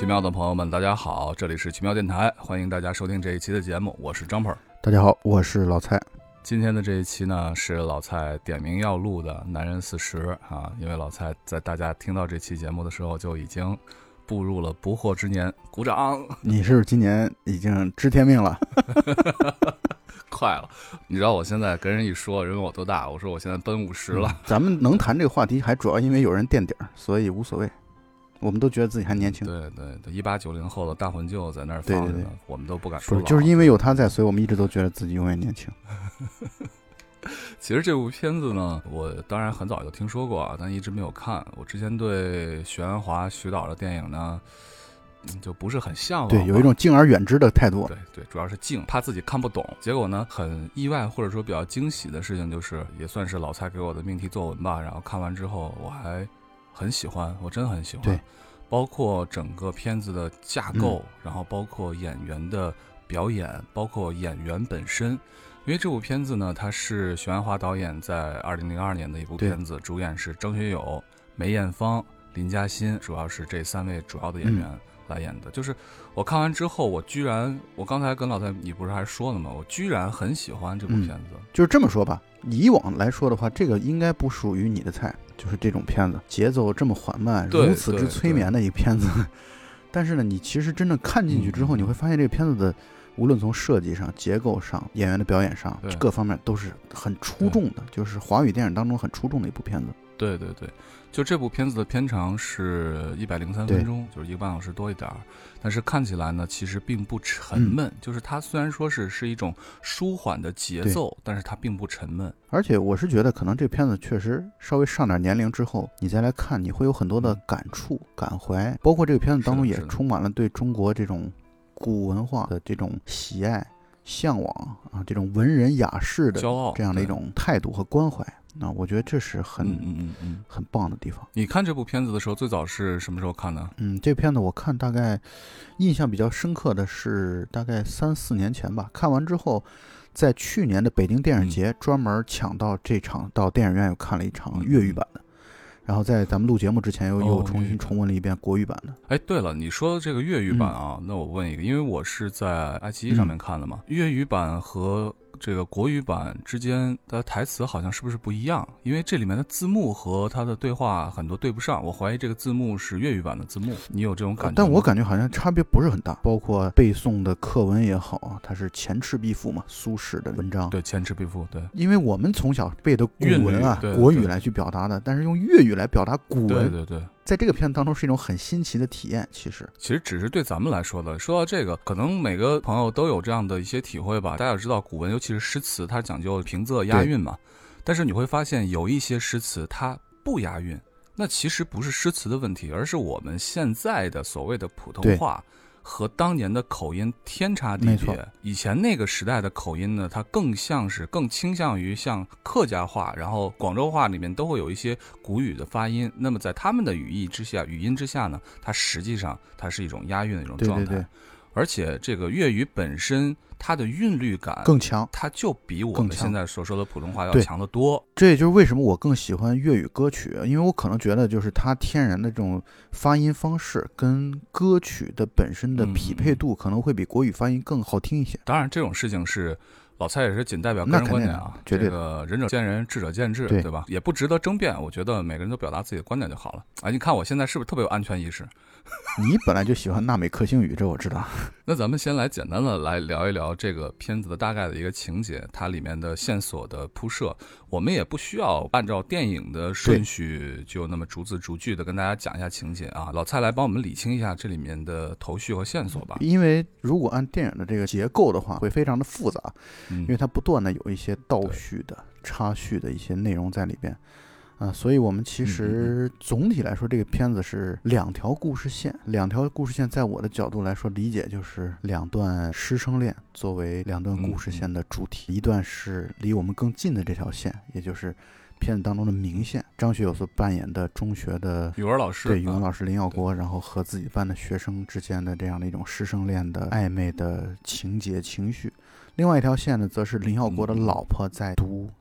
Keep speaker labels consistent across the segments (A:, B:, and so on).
A: 奇妙的朋友们，大家好，这里是奇妙电台，欢迎大家收听这一期的节目，我是张鹏。
B: 大家好，我是老蔡。
A: 今天的这一期呢，是老蔡点名要录的男人40啊，因为老蔡在大家听到这期节目的时候就已经步入了不惑之年，鼓掌！
B: 你是今年已经知天命了？
A: 快了，你知道我现在跟人一说，人问我多大，我说我现在奔50了。
B: 咱们能谈这个话题，还主要因为有人垫底儿，所以无所谓。我们都觉得自己还年轻。
A: 对，18、90后的大魂舅在那儿放着呢，我们都不敢说老。
B: 就是因为有他在，所以我们一直都觉得自己永远年轻。
A: 其实这部片子呢，我当然很早就听说过啊，但一直没有看。我之前对许鞍华、徐导的电影呢，就不是很向往，
B: 对，有一种敬而远之的态度。
A: 对，主要是敬，怕自己看不懂。结果呢，很意外或者说比较惊喜的事情就是，也算是老蔡给我的命题作文吧。然后看完之后，我还很喜欢，我真的很喜欢。
B: 对，
A: 包括整个片子的架构，然后包括演员的表演，包括演员本身。因为这部片子呢，它是许鞍华导演在2002年的一部片子，主演是张学友、梅艳芳、林嘉欣，主要是这3位主要的演员来演的。就是我看完之后，我刚才跟老蔡你不是还说了吗？我居然很喜欢这部片子。
B: 就是这么说吧，以往来说的话，这个应该不属于你的菜，就是这种片子节奏这么缓慢，如此之催眠的一个片子。但是呢，你其实真正看进去之后，你会发现这个片子的无论从设计上、结构上、演员的表演上各方面都是很出众的，就是华语电影当中很出众的一部片子。
A: 对，就这部片子的片长是103分钟，就是1个半小时多一点。但是看起来呢，其实并不沉闷，就是它虽然说是一种舒缓的节奏，但是它并不沉闷。
B: 而且我是觉得，可能这片子确实稍微上点年龄之后，你再来看，你会有很多的感触、感怀，包括这个片子当中也充满了对中国这种古文化的这种喜爱、向往啊，这种文人雅士的
A: 骄傲
B: 这样的一种态度和关怀。那我觉得这是很棒的地方。
A: 你看这部片子的时候，最早是什么时候看的？
B: 这片子我看大概印象比较深刻的是大概3、4年前吧。看完之后，在去年的北京电影节专门抢到这场，到电影院又看了一场粤语版的。然后在咱们录节目之前又重新重温了一遍国语版的。
A: 哎，对了，你说的这个粤语版啊，那我问一个，因为我是在爱奇艺上面看的嘛，粤语版和这个国语版之间的台词好像是不是不一样？因为这里面的字幕和它的对话很多对不上，我怀疑这个字幕是粤语版的字幕，你有这种感觉吗？
B: 但我感觉好像差别不是很大，包括背诵的课文也好，它是前赤壁赋嘛，苏轼的文章。
A: 对，前赤壁赋，对。
B: 因为我们从小背的古文啊，国语来去表达的，但是用粤语来表达古文，
A: 对。
B: 在这个片子当中是一种很新奇的体验。其实
A: 只是对咱们来说的。说到这个，可能每个朋友都有这样的一些体会吧。大家也知道，古文尤其是诗词，它讲究平仄押韵嘛。但是你会发现，有一些诗词它不押韵，那其实不是诗词的问题，而是我们现在的所谓的普通话和当年的口音天差地别。以前那个时代的口音呢，它更倾向于像客家话，然后广州话里面都会有一些古语的发音。那么在他们的语音之下呢，它实际上它是一种押韵的一种状态。对。而且这个粤语本身它的韵律感
B: 更强，
A: 它就比我们现在所说的普通话要强得多。
B: 这也就是为什么我更喜欢粤语歌曲，因为我可能觉得就是它天然的这种发音方式跟歌曲的本身的匹配度可能会比国语发音更好听一些。
A: 当然这种事情是老蔡也是仅代表个人观点啊，
B: 绝对
A: 这个仁者见仁，智者见智，对吧？也不值得争辩。我觉得每个人都表达自己的观点就好了。你看我现在是不是特别有安全意识？
B: 你本来就喜欢纳美克星语，这我知道。
A: 那咱们先来简单的来聊一聊这个片子的大概的一个情节，它里面的线索的铺设，我们也不需要按照电影的顺序就那么逐字逐句的跟大家讲一下情节啊。老蔡来帮我们理清一下这里面的头绪和线索吧。
B: 因为如果按电影的这个结构的话，会非常的复杂，因为它不断的有一些倒叙的、插叙的一些内容在里边。所以我们其实总体来说，这个片子是2条故事线。2条故事线在我的角度来说理解就是2段师生恋作为2段故事线的主题，一段是离我们更近的这条线，也就是片子当中的明线，张学友所扮演的中学的
A: 语文老师，
B: 对，语文老师林耀国，然后和自己班的学生之间的这样的一种师生恋的暧昧的情节情绪。另外一条线呢，则是林耀国的老婆在读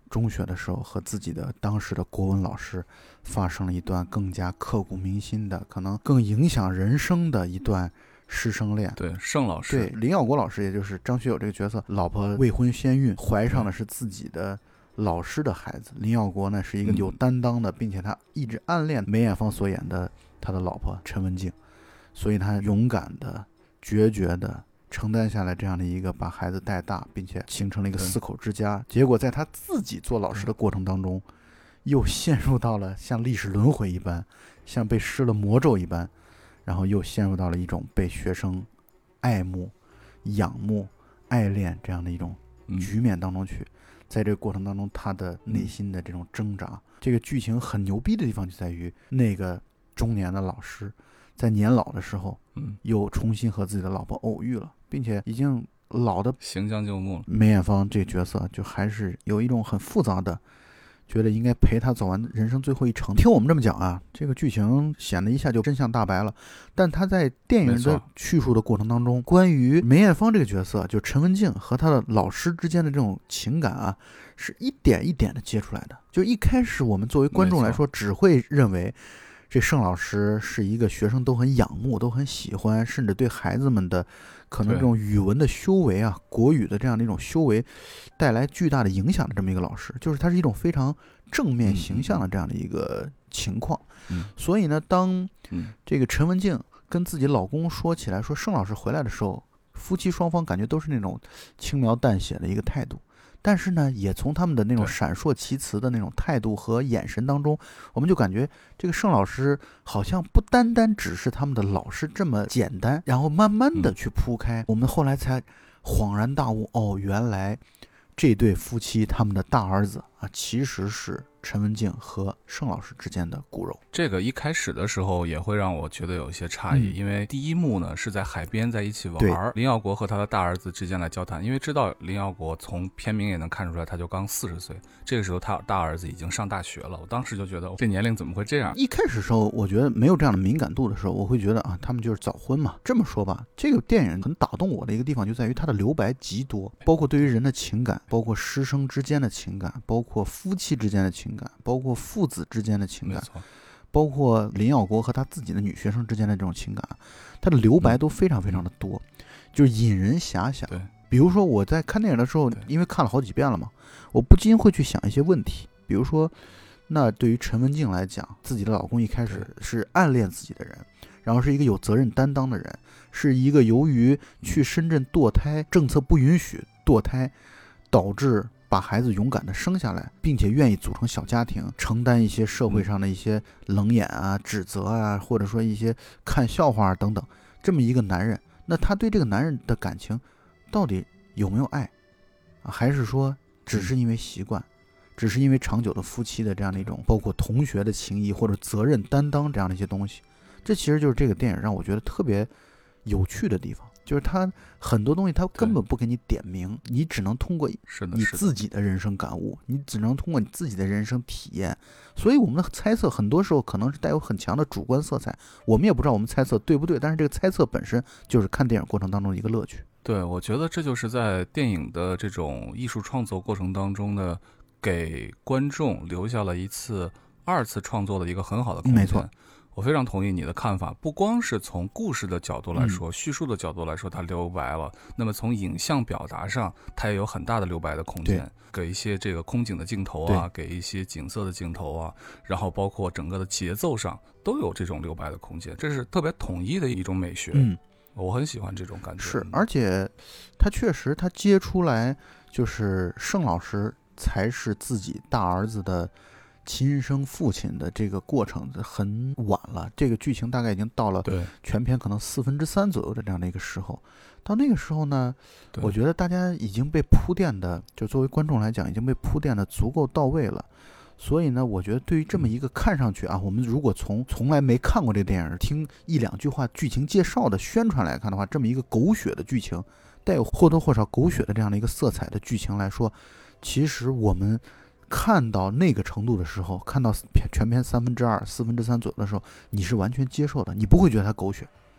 B: 中学的时候和自己的当时的国文老师发生了一段更加刻骨铭心的，可能更影响人生的一段师生恋。
A: 对，盛老师，
B: 对，林耀国老师，也就是张学友这个角色，老婆未婚先孕，怀上的是自己的老师的孩子。林耀国呢是一个有担当的，并且他一直暗恋梅艳芳所演的他的老婆陈文静，所以他勇敢的、决绝的承担下来这样的一个把孩子带大，并且形成了一个4口之家。结果在他自己做老师的过程当中，又陷入到了像历史轮回一般，像被施了魔咒一般，然后又陷入到了一种被学生爱慕、仰慕、爱恋这样的一种局面当中去。在这个过程当中，他的内心的这种挣扎，这个剧情很牛逼的地方就在于，那个中年的老师在年老的时候，又重新和自己的老婆偶遇了，并且已经老的
A: 行将就木了。
B: 梅艳芳这个角色就还是有一种很复杂的，觉得应该陪他走完人生最后一程。听我们这么讲啊，这个剧情显得一下就真相大白了。但他在电影的叙述的过程当中，关于梅艳芳这个角色，就陈文静和他的老师之间的这种情感啊，是一点一点的接出来的。就一开始我们作为观众来说，只会认为这盛老师是一个学生都很仰慕、都很喜欢，甚至对孩子们的可能这种语文的修为啊、国语的这样的一种修为带来巨大的影响的这么一个老师，就是他是一种非常正面形象的这样的一个情况。所以呢，当这个陈文静跟自己老公说起来说盛老师回来的时候，夫妻双方感觉都是那种轻描淡写的一个态度。但是呢，也从他们的那种闪烁其词的那种态度和眼神当中，我们就感觉这个盛老师好像不单单只是他们的老师这么简单，然后慢慢的去铺开，我们后来才恍然大悟，哦，原来这对夫妻他们的大儿子啊，其实是陈文静和盛老师之间的骨肉。
A: 这个一开始的时候也会让我觉得有一些诧异，因为第一幕呢是在海边在一起玩，林耀国和他的大儿子之间来交谈，因为知道林耀国从片名也能看出来他就刚40岁，这个时候他大儿子已经上大学了，我当时就觉得这年龄怎么会这样。
B: 一开始的时候我觉得没有这样的敏感度的时候，我会觉得啊，他们就是早婚嘛。这么说吧，这个电影很打动我的一个地方就在于它的留白极多，包括对于人的情感，包括师生之间的情感，包括夫妻之间的情感，包括父子之间的情感，包括林耀国和他自己的女学生之间的这种情感，他的留白都非常非常的多，就是引人遐想。比如说我在看电影的时候，因为看了好几遍了嘛，我不禁会去想一些问题，比如说，那对于陈文静来讲，自己的老公一开始是暗恋自己的人，然后是一个有责任担当的人，是一个由于去深圳堕胎，政策不允许堕胎，导致把孩子勇敢的生下来，并且愿意组成小家庭，承担一些社会上的一些冷眼啊、指责啊，或者说一些看笑话等等，这么一个男人，那他对这个男人的感情到底有没有爱啊？还是说只是因为习惯，只是因为长久的夫妻的这样的一种包括同学的情谊或者责任担当这样的一些东西？这其实就是这个电影让我觉得特别有趣的地方，就是他很多东西他根本不给你点名，你只能通过你自己的人生感悟，你只能通过你自己的人生体验，所以我们的猜测很多时候可能是带有很强的主观色彩，我们也不知道我们猜测对不对，但是这个猜测本身就是看电影过程当中的一个乐趣。
A: 对，我觉得这就是在电影的这种艺术创作过程当中呢，给观众留下了二次创作的一个很好的空间。
B: 没错，
A: 我非常同意你的看法，不光是从故事的角度来说，叙述的角度来说它留白了，那么从影像表达上它也有很大的留白的空间，给一些这个空景的镜头啊，给一些景色的镜头啊，然后包括整个的节奏上都有这种留白的空间，这是特别统一的一种美学。我很喜欢这种感觉。
B: 是，而且他确实他接出来就是盛老师才是自己大儿子的亲生父亲的这个过程很晚了，这个剧情大概已经到了全片可能3/4左右的这样的一个时候。到那个时候呢，我觉得大家已经被铺垫的，就作为观众来讲已经被铺垫的足够到位了。所以呢，我觉得对于这么一个看上去啊，我们如果从来没看过这个电影，听1、2句话剧情介绍的宣传来看的话，这么一个狗血的剧情，带有或多或少狗血的这样的一个色彩的剧情来说，其实我们看到那个程度的时候，看到全片2/3、4/3左右的时候，你是完全接受的，你不会觉得它狗血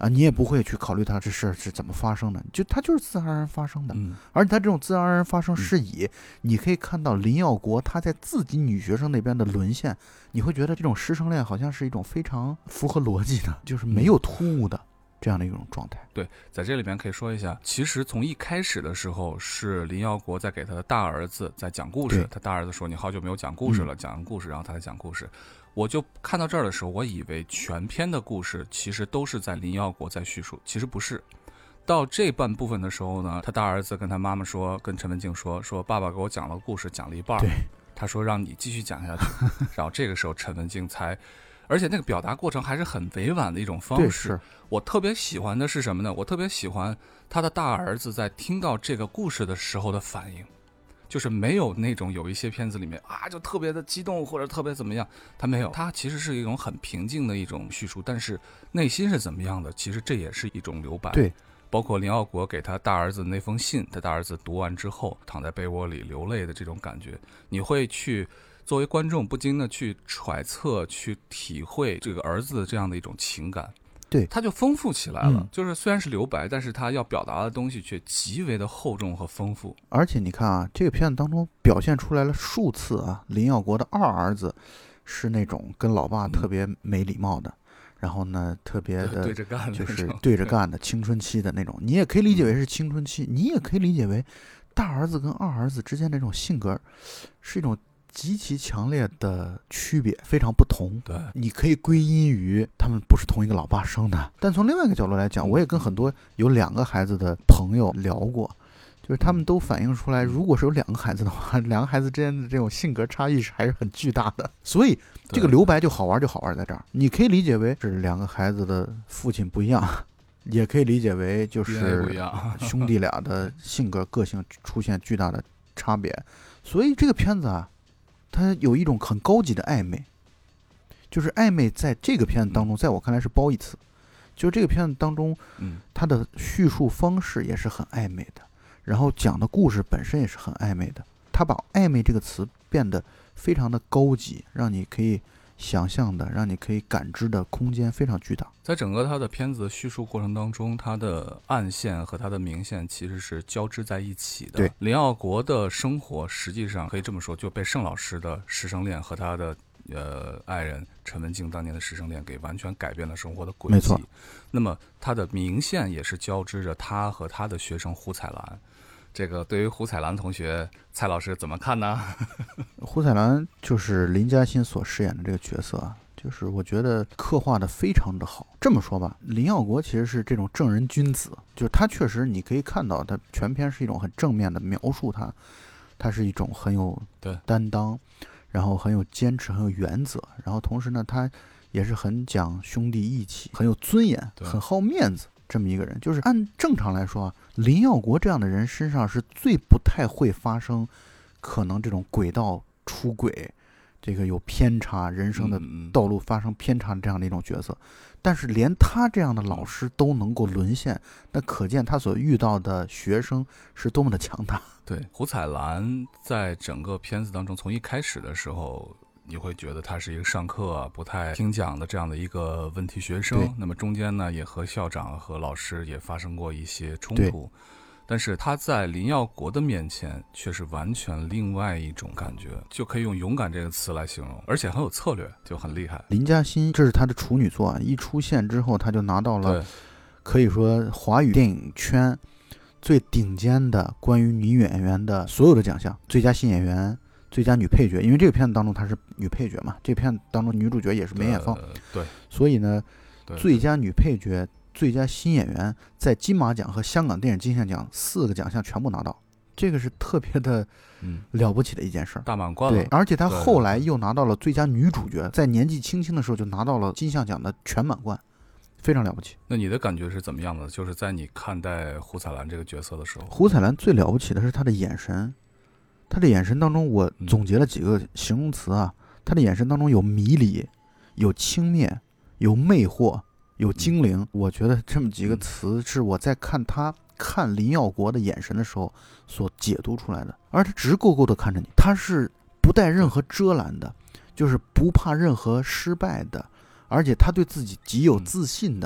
B: 你也不会去考虑它这事是怎么发生的，它就是自然而然发生的。而且它这种自然而然发生是以你可以看到林耀国他在自己女学生那边的沦陷，你会觉得这种师生恋好像是一种非常符合逻辑的，就是没有突兀的这样的一种状态。
A: 对，在这里边可以说一下，其实从一开始的时候是林耀国在给他的大儿子在讲故事，他大儿子说你好久没有讲故事了，讲故事，然后他在讲故事。我就看到这儿的时候，我以为全篇的故事其实都是在林耀国在叙述，其实不是。到这半部分的时候呢，他大儿子跟他妈妈说，跟陈文静说爸爸给我讲了故事，讲了一半，他说让你继续讲下去。然后这个时候陈文静才，而且那个表达过程还是很委婉的一种方式。我特别喜欢的是什么呢？我特别喜欢他的大儿子在听到这个故事的时候的反应。就是没有那种有一些片子里面就特别的激动或者特别怎么样，他没有，他其实是一种很平静的一种叙述，但是内心是怎么样的，其实这也是一种留白。
B: 对，
A: 包括林耀国给他大儿子那封信，他大儿子读完之后躺在被窝里流泪的这种感觉，你会去作为观众不禁的去揣测去体会这个儿子的这样的一种情感。
B: 对，
A: 他就丰富起来了。就是虽然是留白，但是他要表达的东西却极为的厚重和丰富。
B: 而且你看这个片子当中表现出来了数次林耀国的二儿子是那种跟老爸特别没礼貌的，然后呢特别的
A: 对着干，
B: 就是对着干的青春期的那种。你也可以理解为是青春期，你也可以理解为大儿子跟二儿子之间的这种性格是一种极其强烈的区别，非常不同。
A: 对，
B: 你可以归因于他们不是同一个老爸生的。但从另外一个角度来讲，我也跟很多有2个孩子的朋友聊过，就是他们都反映出来，如果是有2个孩子的话，2个孩子之间的这种性格差异还是很巨大的。所以这个留白就好玩在这儿。你可以理解为是2个孩子的父亲不一样，也可以理解为就是兄弟俩的性格个性出现巨大的差别。所以这个片子它有一种很高级的暧昧，就是暧昧在这个片子当中，在我看来是褒义词。就是这个片子当中，它的叙述方式也是很暧昧的，然后讲的故事本身也是很暧昧的。它把暧昧这个词变得非常的高级，让你可以想象的，让你可以感知的空间非常巨大。
A: 在整个他的片子叙述过程当中，他的暗线和他的明线其实是交织在一起的。
B: 对，
A: 林耀国的生活实际上可以这么说，就被盛老师的师生恋和他的爱人陈文静当年的师生恋给完全改变了生活的轨迹。
B: 没错。
A: 那么他的明线也是交织着他和他的学生胡彩兰。这个对于胡彩兰同学，蔡老师怎么看呢？
B: 胡彩兰就是林嘉欣所饰演的这个角色就是我觉得刻画的非常的好。这么说吧，林耀国其实是这种正人君子，就是他确实你可以看到他全篇是一种很正面的描述他是一种很有担当，然后很有坚持，很有原则，然后同时呢他也是很讲兄弟义气，很有尊严，很好面子这么一个人。就是按正常来说林耀国这样的人身上是最不太会发生可能这种轨道出轨，这个有偏差，人生的道路发生偏差这样的一种角色。但是连他这样的老师都能够沦陷，那可见他所遇到的学生是多么的强大。
A: 对，胡彩兰在整个片子当中，从一开始的时候你会觉得他是一个上课不太听讲的这样的一个问题学生，那么中间呢也和校长和老师也发生过一些冲突，但是他在林耀国的面前却是完全另外一种感觉，就可以用勇敢这个词来形容，而且很有策略，就很厉害。
B: 林嘉欣这是他的处女作一出现之后他就拿到了可以说华语电影圈最顶尖的关于女演员的所有的奖项，最佳新演员，最佳女配角，因为这个片子当中她是女配角嘛，这个片子当中女主角也是梅艳芳，
A: 对，
B: 所以呢最佳女配角，最佳新演员在金马奖和香港电影金像奖4个奖项全部拿到，这个是特别的了不起的一件事，
A: 大满贯了。
B: 对，而且她后来又拿到了最佳女主角，在年纪轻轻的时候就拿到了金像奖的全满贯，非常了不起。
A: 那你的感觉是怎么样的？就是在你看待胡彩兰这个角色的时候。
B: 胡彩兰最了不起的是她的眼神，她的眼神当中我总结了几个形容词她的眼神当中有迷离，有轻蔑，有魅惑，有精灵。我觉得这么几个词是我在看林耀国的眼神的时候所解读出来的。而他直勾勾的看着你，他是不带任何遮拦的，就是不怕任何失败的，而且他对自己极有自信的，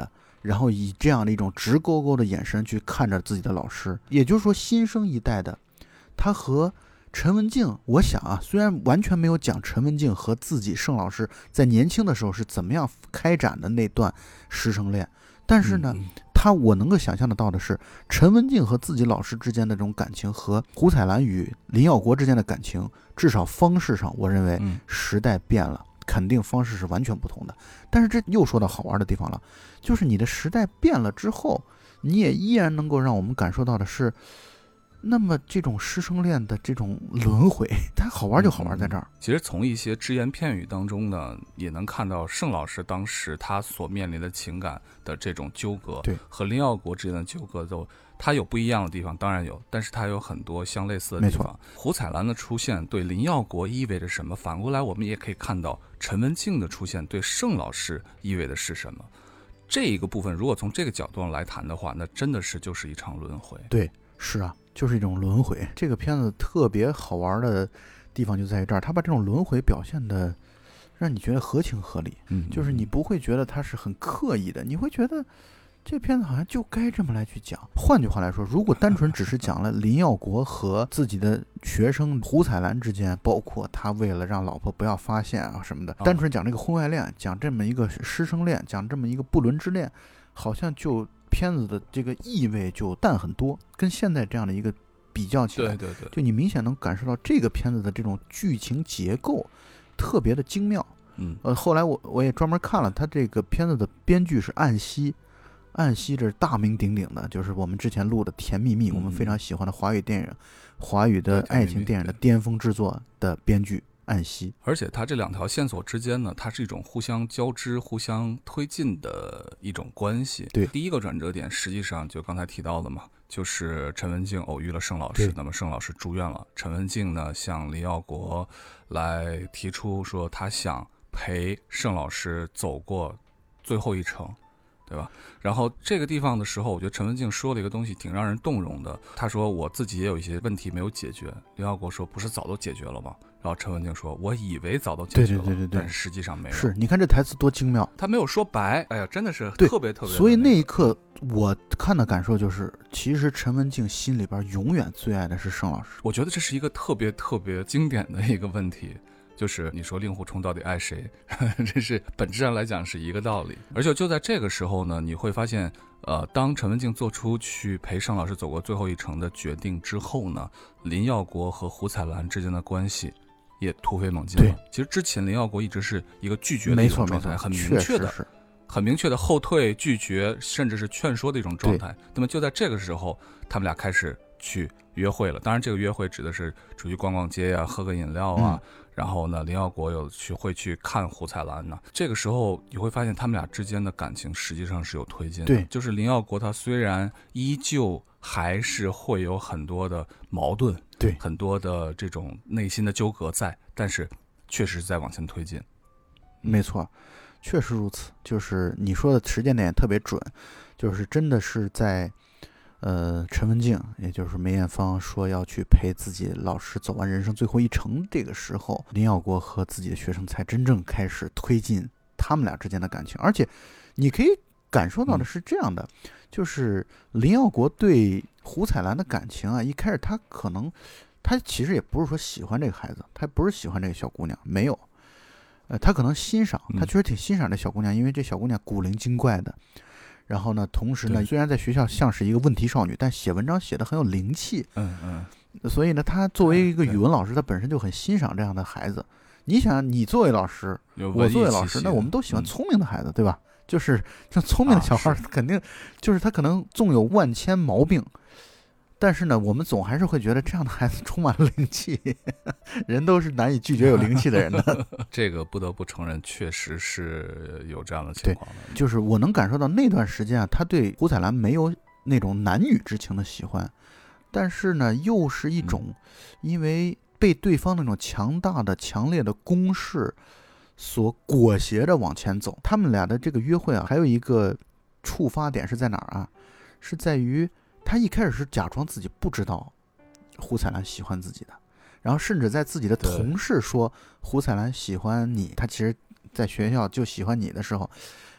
B: 然后以这样的一种直勾勾的眼神去看着自己的老师。也就是说，新生一代的他和陈文静，我想啊，虽然完全没有讲陈文静和自己盛老师在年轻的时候是怎么样开展的那段师生恋，但是呢，我能够想象得到的是，陈文静和自己老师之间的这种感情和胡彩兰与林耀国之间的感情，至少方式上，我认为时代变了，肯定方式是完全不同的。但是这又说到好玩的地方了，就是你的时代变了之后，你也依然能够让我们感受到的是，那么这种师生恋的这种轮回，它好玩就好玩在这儿。
A: 其实从一些只言片语当中呢，也能看到盛老师当时他所面临的情感的这种纠葛，
B: 对，
A: 和林耀国之间的纠葛都，他有不一样的地方，当然有，但是他有很多相类似的地方。胡彩兰的出现对林耀国意味着什么？反过来我们也可以看到陈文静的出现对盛老师意味的是什么？这一个部分如果从这个角度上来谈的话，那真的是就是一场轮回。
B: 对，是啊，就是一种轮回。这个片子特别好玩的地方就在于这儿，他把这种轮回表现的让你觉得合情合理，就是你不会觉得他是很刻意的，你会觉得这片子好像就该这么来去讲。换句话来说，如果单纯只是讲了林耀国和自己的学生胡彩兰之间，包括他为了让老婆不要发现啊什么的，单纯讲这个婚外恋，讲这么一个师生恋，讲这么一个不伦之恋，好像就片子的这个意味就淡很多。跟现在这样的一个比较起来，
A: 对，
B: 就你明显能感受到这个片子的这种剧情结构特别的精妙。后来我也专门看了他这个片子的编剧是岸西这是大名鼎鼎的，就是我们之前录的《甜蜜蜜》，我们非常喜欢的华语电影、华语的爱情电影的巅峰制作的编剧岸西。
A: 而且它这两条线索之间呢，它是一种互相交织、互相推进的一种关系。
B: 对，
A: 第一个转折点实际上就刚才提到的嘛，就是陈文静偶遇了盛老师，那么盛老师住院了，陈文静呢向林耀国来提出说他想陪盛老师走过最后一程，对吧？然后这个地方的时候，我觉得陈文静说了一个东西挺让人动容的。他说我自己也有一些问题没有解决。林耀国说不是早都解决了吗？然后陈文静说我以为早都解决了，
B: 对，
A: 但是实际上没有。
B: 是，你看这台词多精妙，
A: 他没有说白，哎呀，真的是特别特别。
B: 所以那一刻我看的感受就是，其实陈文静心里边永远最爱的是盛老师。
A: 我觉得这是一个特别特别经典的一个问题。就是你说令狐冲到底爱谁，这是本质上来讲是一个道理。而且就在这个时候呢，你会发现当陈文静做出去陪盛老师走过最后一程的决定之后呢，林耀国和胡彩兰之间的关系也突飞猛进了。其实之前林耀国一直是一个拒绝的一种状态，很明确的后退、拒绝，甚至是劝说的一种状态。那么就在这个时候，他们俩开始去约会了。当然这个约会指的是出去逛逛街啊，喝个饮料啊，然后呢林耀国会去看胡彩兰呢。这个时候你会发现他们俩之间的感情实际上是有推进的。
B: 对，
A: 就是林耀国他虽然依旧还是会有很多的矛盾，
B: 对，
A: 很多的这种内心的纠葛在，但是确实是在往前推进。
B: 没错，确实如此。就是你说的时间点也特别准，就是真的是在陈文静，也就是梅艳芳说要去陪自己老师走完人生最后一程，这个时候林耀国和自己的学生才真正开始推进他们俩之间的感情。而且你可以感受到的是这样的，就是林耀国对胡彩兰的感情啊，一开始他其实也不是说喜欢这个孩子，他不是喜欢这个小姑娘，没有，他可能欣赏，他确实挺欣赏这小姑娘，因为这小姑娘古灵精怪的。然后呢，同时呢，虽然在学校像是一个问题少女，但写文章写得很有灵气。所以呢，他作为一个语文老师，他本身就很欣赏这样的孩子。你想，你作为老师，我作为老师，那我们都喜欢聪明的孩子，对吧？就是像聪明的小孩，肯定就是他可能纵有万千毛病，但是呢，我们总还是会觉得这样的孩子充满了灵气。人都是难以拒绝有灵气的人的。
A: 这个不得不承认，确实是有这样的情况的。
B: 就是我能感受到那段时间啊，他对胡彩兰没有那种男女之情的喜欢，但是呢，又是一种因为被对方那种强大的、强烈的攻势所裹挟着往前走。他们俩的这个约会啊，还有一个触发点是在哪儿啊？是在于他一开始是假装自己不知道胡彩兰喜欢自己的，然后甚至在自己的同事说胡彩兰喜欢你，他其实在学校就喜欢你的时候，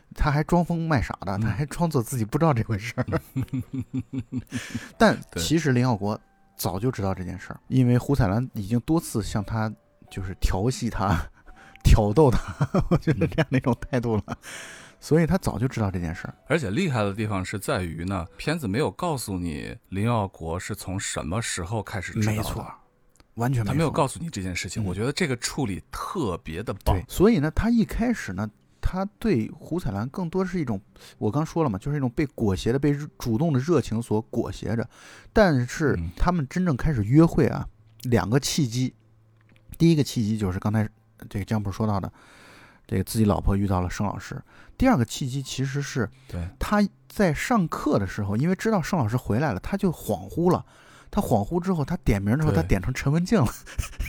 B: 他还装疯卖傻的，他还装作自己不知道这回事儿。但其实林耀国早就知道这件事儿，因为胡彩兰已经多次向他就是调戏他、挑逗他，我觉得这样的一种态度了。所以他早就知道这件事儿。
A: 而且厉害的地方是在于呢，片子没有告诉你林耀国是从什么时候开始知道的。
B: 没错，完全没错，
A: 他没有告诉你这件事情。我觉得这个处理特别的棒。
B: 对，所以呢，他一开始呢，他对胡彩兰更多是一种，我刚说了嘛，就是一种被裹挟的、被主动的热情所裹挟着。但是他们真正开始约会啊，两个契机。第一个契机就是刚才这个江普说到的，这个自己老婆遇到了盛老师。第二个契机其实是他在上课的时候，因为知道盛老师回来了，他就恍惚了。他恍惚之后，他点名之后，他点成陈文静了，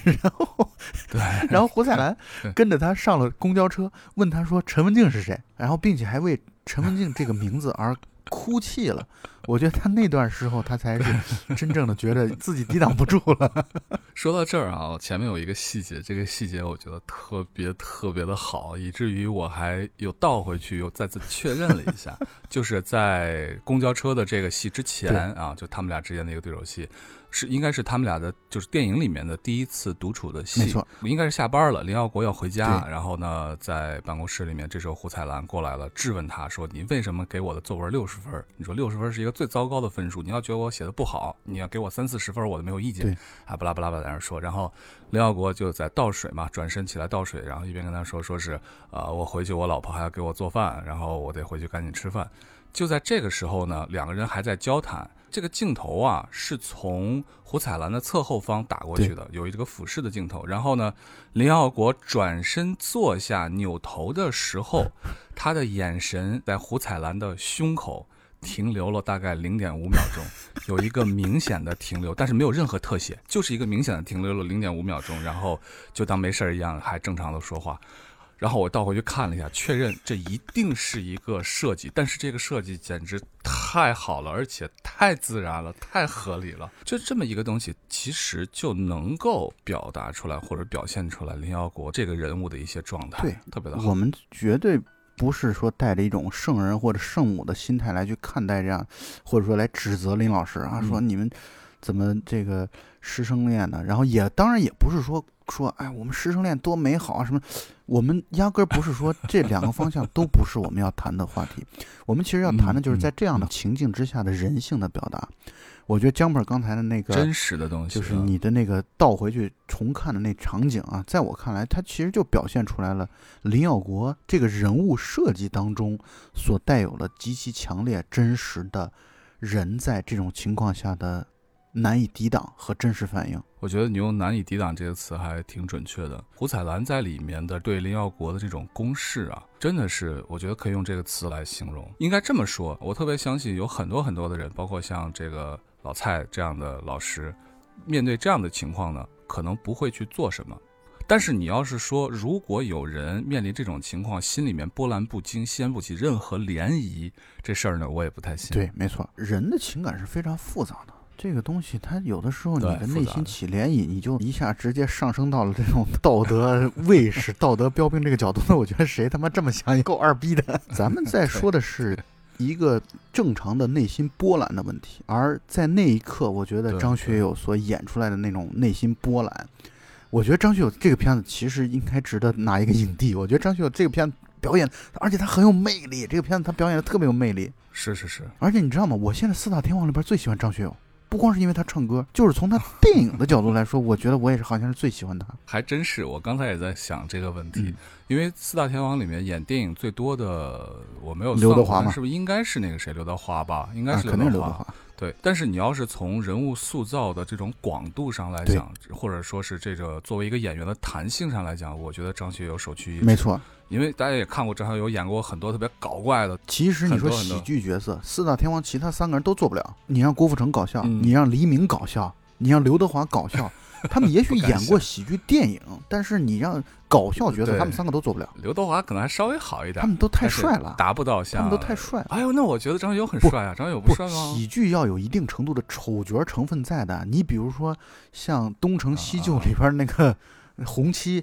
B: 然后胡彩兰跟着他上了公交车，问他说陈文静是谁，然后并且还为陈文静这个名字而哭泣了。我觉得他那段时候，他才是真正的觉得自己抵挡不住了。
A: 说到这儿啊，前面有一个细节，这个细节我觉得特别的好，以至于我还有倒回去又再次确认了一下，就是在公交车的这个戏之前啊，就他们俩之间的一个对手戏。应该是他们俩的就是电影里面的第一次独处的戏，
B: 没错，
A: 应该是下班了，林耀国要回家，然后呢在办公室里面，这时候胡彩兰过来了，质问他说你为什么给我的作文60分？你说60分是一个最糟糕的分数，你要觉得我写的不好，你要给我30-40分我都没有意见，啊巴拉巴拉在那说，然后林耀国就在倒水嘛，转身起来倒水，然后一边跟他说是我回去我老婆还要给我做饭，然后我得回去赶紧吃饭。就在这个时候呢，两个人还在交谈。这个镜头啊是从胡彩兰的侧后方打过去的，有一个俯视的镜头。然后呢，林耀国转身坐下扭头的时候，他的眼神在胡彩兰的胸口停留了大概0.5秒钟，有一个明显的停留，但是没有任何特写，就是一个明显的停留了0.5秒钟，然后就当没事一样还正常的说话。然后我倒回去看了一下，确认这一定是一个设计，但是这个设计简直太好了，而且太自然了，太合理了。就这么一个东西，其实就能够表达出来或者表现出来林耀国这个人物的一些状态，
B: 对，
A: 特别的好。
B: 我们绝对不是说带着一种圣人或者圣母的心态来去看待这样，或者说来指责林老师啊，说你们怎么这个师生恋呢？然后当然也不是说哎，我们师生恋多美好啊什么。我们压根不是说这两个方向都不是我们要谈的话题，我们其实要谈的就是在这样的情境之下的人性的表达。我觉得江本刚才的那个
A: 真实的东西，
B: 就是你的那个倒回去重看的那场景啊，在我看来，它其实就表现出来了林耀国这个人物设计当中所带有了极其强烈真实的人在这种情况下的难以抵挡和真实反应。
A: 我觉得你用难以抵挡这个词还挺准确的。胡彩兰在里面的对林耀国的这种攻势啊，真的是我觉得可以用这个词来形容。应该这么说，我特别相信有很多的人，包括像这个老蔡这样的老师，面对这样的情况呢，可能不会去做什么。但是你要是说，如果有人面临这种情况，心里面波澜不惊，掀不起任何涟漪，这事儿呢，我也不太信。
B: 对，没错，人的情感是非常复杂的。这个东西它有的时候你的内心起涟漪，你就一下直接上升到了这种道德卫士、道德标兵这个角度。那我觉得谁他妈这么想也够二逼的。咱们在说的是一个正常的内心波澜的问题，而在那一刻，我觉得张学友所演出来的那种内心波澜，我觉得张学友这个片子其实应该值得拿一个影帝。我觉得张学友这个片子表演，而且他很有魅力，这个片子他表演的特别有魅力。
A: 是，
B: 而且你知道吗？我现在四大天王里边最喜欢张学友。不光是因为他唱歌，就是从他电影的角度来说，我觉得我也是好像是最喜欢他。
A: 还真是，我刚才也在想这个问题，因为四大天王里面演电影最多的，我没有算过，
B: 刘德华吗？
A: 是不是应该是那个谁，刘德华吧？应该是
B: 肯定是刘德华。
A: 对，但是你要是从人物塑造的这种广度上来讲，或者说是这个作为一个演员的弹性上来讲，我觉得张学友首屈一指。
B: 没错。
A: 因为大家也看过张学友演过很多特别搞怪的，
B: 其实你说喜剧角色，四大天王其他3个人都做不了。你让郭富城搞笑，你让黎明搞笑，你让刘德华搞笑，他们也许演过喜剧电影，但是你让搞笑角色，他们3个都做不了。
A: 刘德华可能还稍微好一点，
B: 他们都太帅了，
A: 达不到像
B: 他们都太帅了。
A: 哎呦，那我觉得张学友很帅啊，张学友不帅吗？
B: 喜剧要有一定程度的丑角成分在的。你比如说像《东成西就》里边那个红七。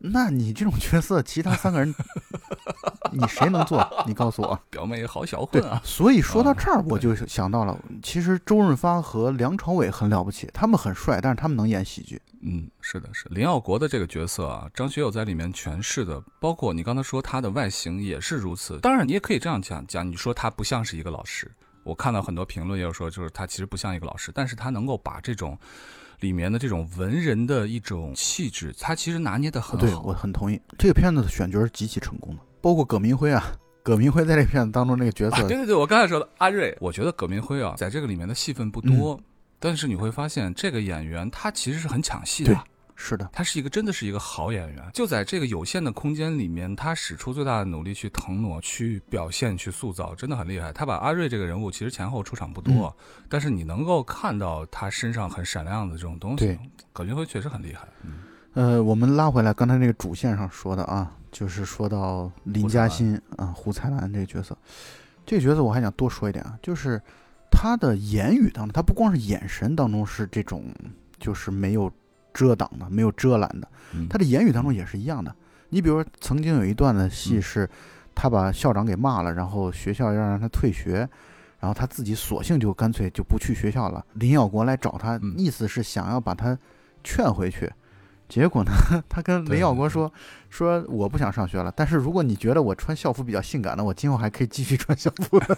B: 那你这种角色，其他3个人，你谁能做？你告诉我。
A: 表妹好小混啊！
B: 所以说到这儿，我就想到了，其实周润发和梁朝伟很了不起，他们很帅，但是他们能演喜剧。
A: 是的，是林耀国的这个角色啊，张学友在里面诠释的，包括你刚才说他的外形也是如此。当然，你也可以这样讲，你说他不像是一个老师。我看到很多评论也有说，就是他其实不像一个老师，但是他能够把这种里面的这种文人的一种气质，他其实拿捏得很好。
B: 对，我很同意。这个片子的选角是极其成功的，包括葛民辉啊，葛民辉在这片子当中那个角色，
A: 对，我刚才说的阿瑞，我觉得葛民辉啊，在这个里面的戏份不多，但是你会发现这个演员他其实是很抢戏的。
B: 对，是的，
A: 他真的是一个好演员，就在这个有限的空间里面，他使出最大的努力去腾挪、去表现、去塑造，真的很厉害。他把阿瑞这个人物其实前后出场不多，但是你能够看到他身上很闪亮的这种东西。
B: 对，
A: 葛民辉确实很厉害。
B: 我们拉回来刚才那个主线上说的啊，就是说到林嘉欣啊，胡彩兰这个角色，这个角色我还想多说一点啊，就是他的言语当中，他不光是眼神当中是这种，就是没有遮挡的，没有遮拦的，他的言语当中也是一样的。你比如说，曾经有一段的戏是，他把校长给骂了，然后学校要让他退学，然后他自己索性就干脆就不去学校了。林耀国来找他，意思是想要把他劝回去。结果呢，他跟林耀国说我不想上学了，但是如果你觉得我穿校服比较性感的，我今后还可以继续穿校服的。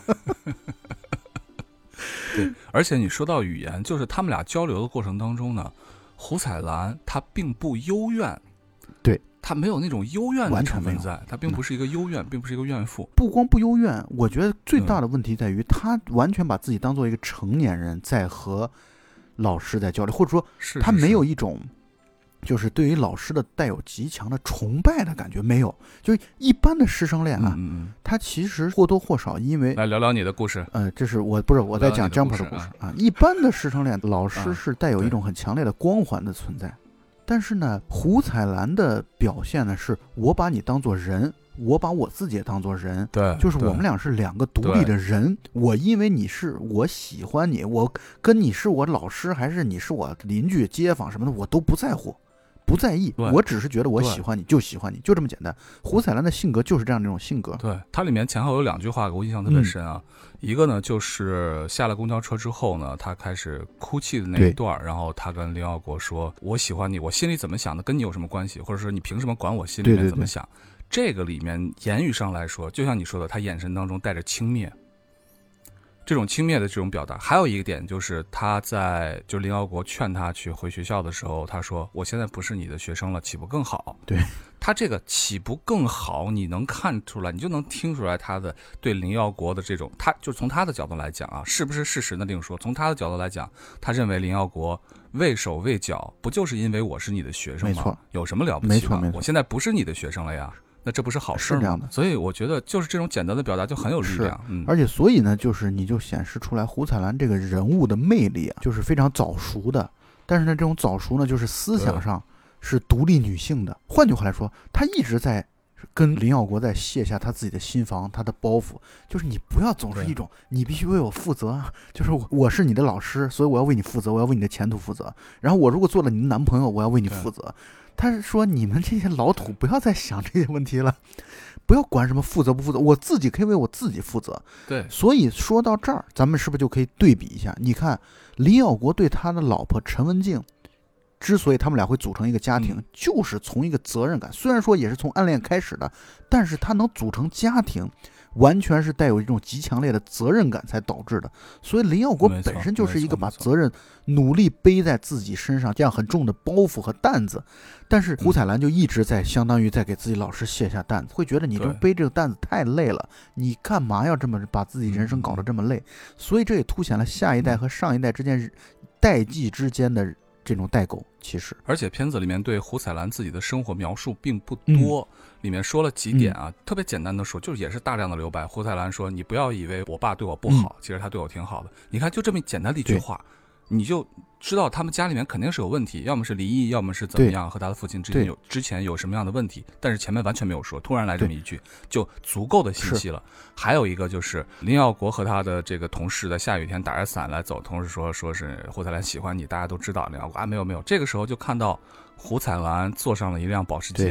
A: 对，而且你说到语言，就是他们俩交流的过程当中呢，胡彩兰她并不幽怨，
B: 对，
A: 她没有那种幽怨的成分在，她并不是一个幽怨，并不是一个怨妇。
B: 不光不幽怨，我觉得最大的问题在于，她完全把自己当做一个成年人在和老师在交流，或者说她没有一种就是对于老师的带有极强的崇拜的感觉，没有。就是一般的师生恋啊，他其实或多或少因为
A: 来聊聊你的故事。
B: 这是我在讲 Jumper 的故事啊。一般的师生恋，老师是带有一种很强烈的光环的存在，但是呢，胡彩兰的表现呢，是我把你当作人，我把我自己也当作人，
A: 对，
B: 就是我们俩是2个独立的人。我因为我喜欢你，我跟你是我老师还是你是我邻居街坊什么的，我都不在乎。不在意，我只是觉得我喜欢你就喜欢你，就这么简单。胡彩兰的性格就是这样的一种性格。
A: 对，它里面前后有2句话给我印象特别深啊。一个呢，就是下了公交车之后呢，他开始哭泣的那一段，然后他跟林耀国说：“我喜欢你，我心里怎么想的跟你有什么关系？或者说你凭什么管我心里面怎么想？”这个里面言语上来说，就像你说的，他眼神当中带着轻蔑。这种轻蔑的这种表达，还有一个点就是他就林耀国劝他去回学校的时候，他说：“我现在不是你的学生了，岂不更好？”
B: 对，
A: 他这个岂不更好，你能看出来，你就能听出来他的对林耀国的这种，他就从他的角度来讲啊，是不是事实呢？另说，从他的角度来讲，他认为林耀国畏手畏脚，不就是因为我是你的学生吗？
B: 没错，
A: 有什么了不起吗？
B: 没错，
A: 我现在不是你的学生了呀。那这不是好事吗？
B: 是这样的，
A: 所以我觉得就是这种简单的表达就很有力量。
B: 而且所以呢，就是你就显示出来胡彩兰这个人物的魅力啊，就是非常早熟的。但是呢，这种早熟呢，就是思想上是独立女性的。换句话来说，她一直在跟林耀国在卸下他自己的心防，他的包袱，就是你不要总是一种你必须为我负责啊，就是我是你的老师，所以我要为你负责，我要为你的前途负责。然后我如果做了你的男朋友，我要为你负责。他是说你们这些老土不要再想这些问题了，不要管什么负责不负责，我自己可以为我自己负责。
A: 对，
B: 所以说到这儿，咱们是不是就可以对比一下？你看林耀国对他的老婆陈文静，之所以他们俩会组成一个家庭，就是从一个责任感，虽然说也是从暗恋开始的，但是他能组成家庭，完全是带有一种极强烈的责任感才导致的。所以林耀国本身就是一个把责任努力背在自己身上这样很重的包袱和担子，但是胡彩兰就一直在相当于在给自己老师卸下担子，会觉得你这背这个担子太累了，你干嘛要这么把自己人生搞得这么累？所以这也凸显了下一代和上一代之间代际之间的这种代沟。其实
A: 而且片子里面对胡彩兰自己的生活描述并不多，里面说了几点啊，特别简单的说，就是也是大量的留白。胡彩兰说：“你不要以为我爸对我不好，其实他对我挺好的。”你看，就这么简单的一句话，你就知道他们家里面肯定是有问题，要么是离异，要么是怎么样，和他的父亲之前有什么样的问题，但是前面完全没有说，突然来这么一句，就足够的信息了。还有一个就是林耀国和他的这个同事在下雨天打着伞来走，同事说是胡彩兰喜欢你，大家都知道。林耀国没有，这个时候就看到胡彩兰坐上了一辆保时捷，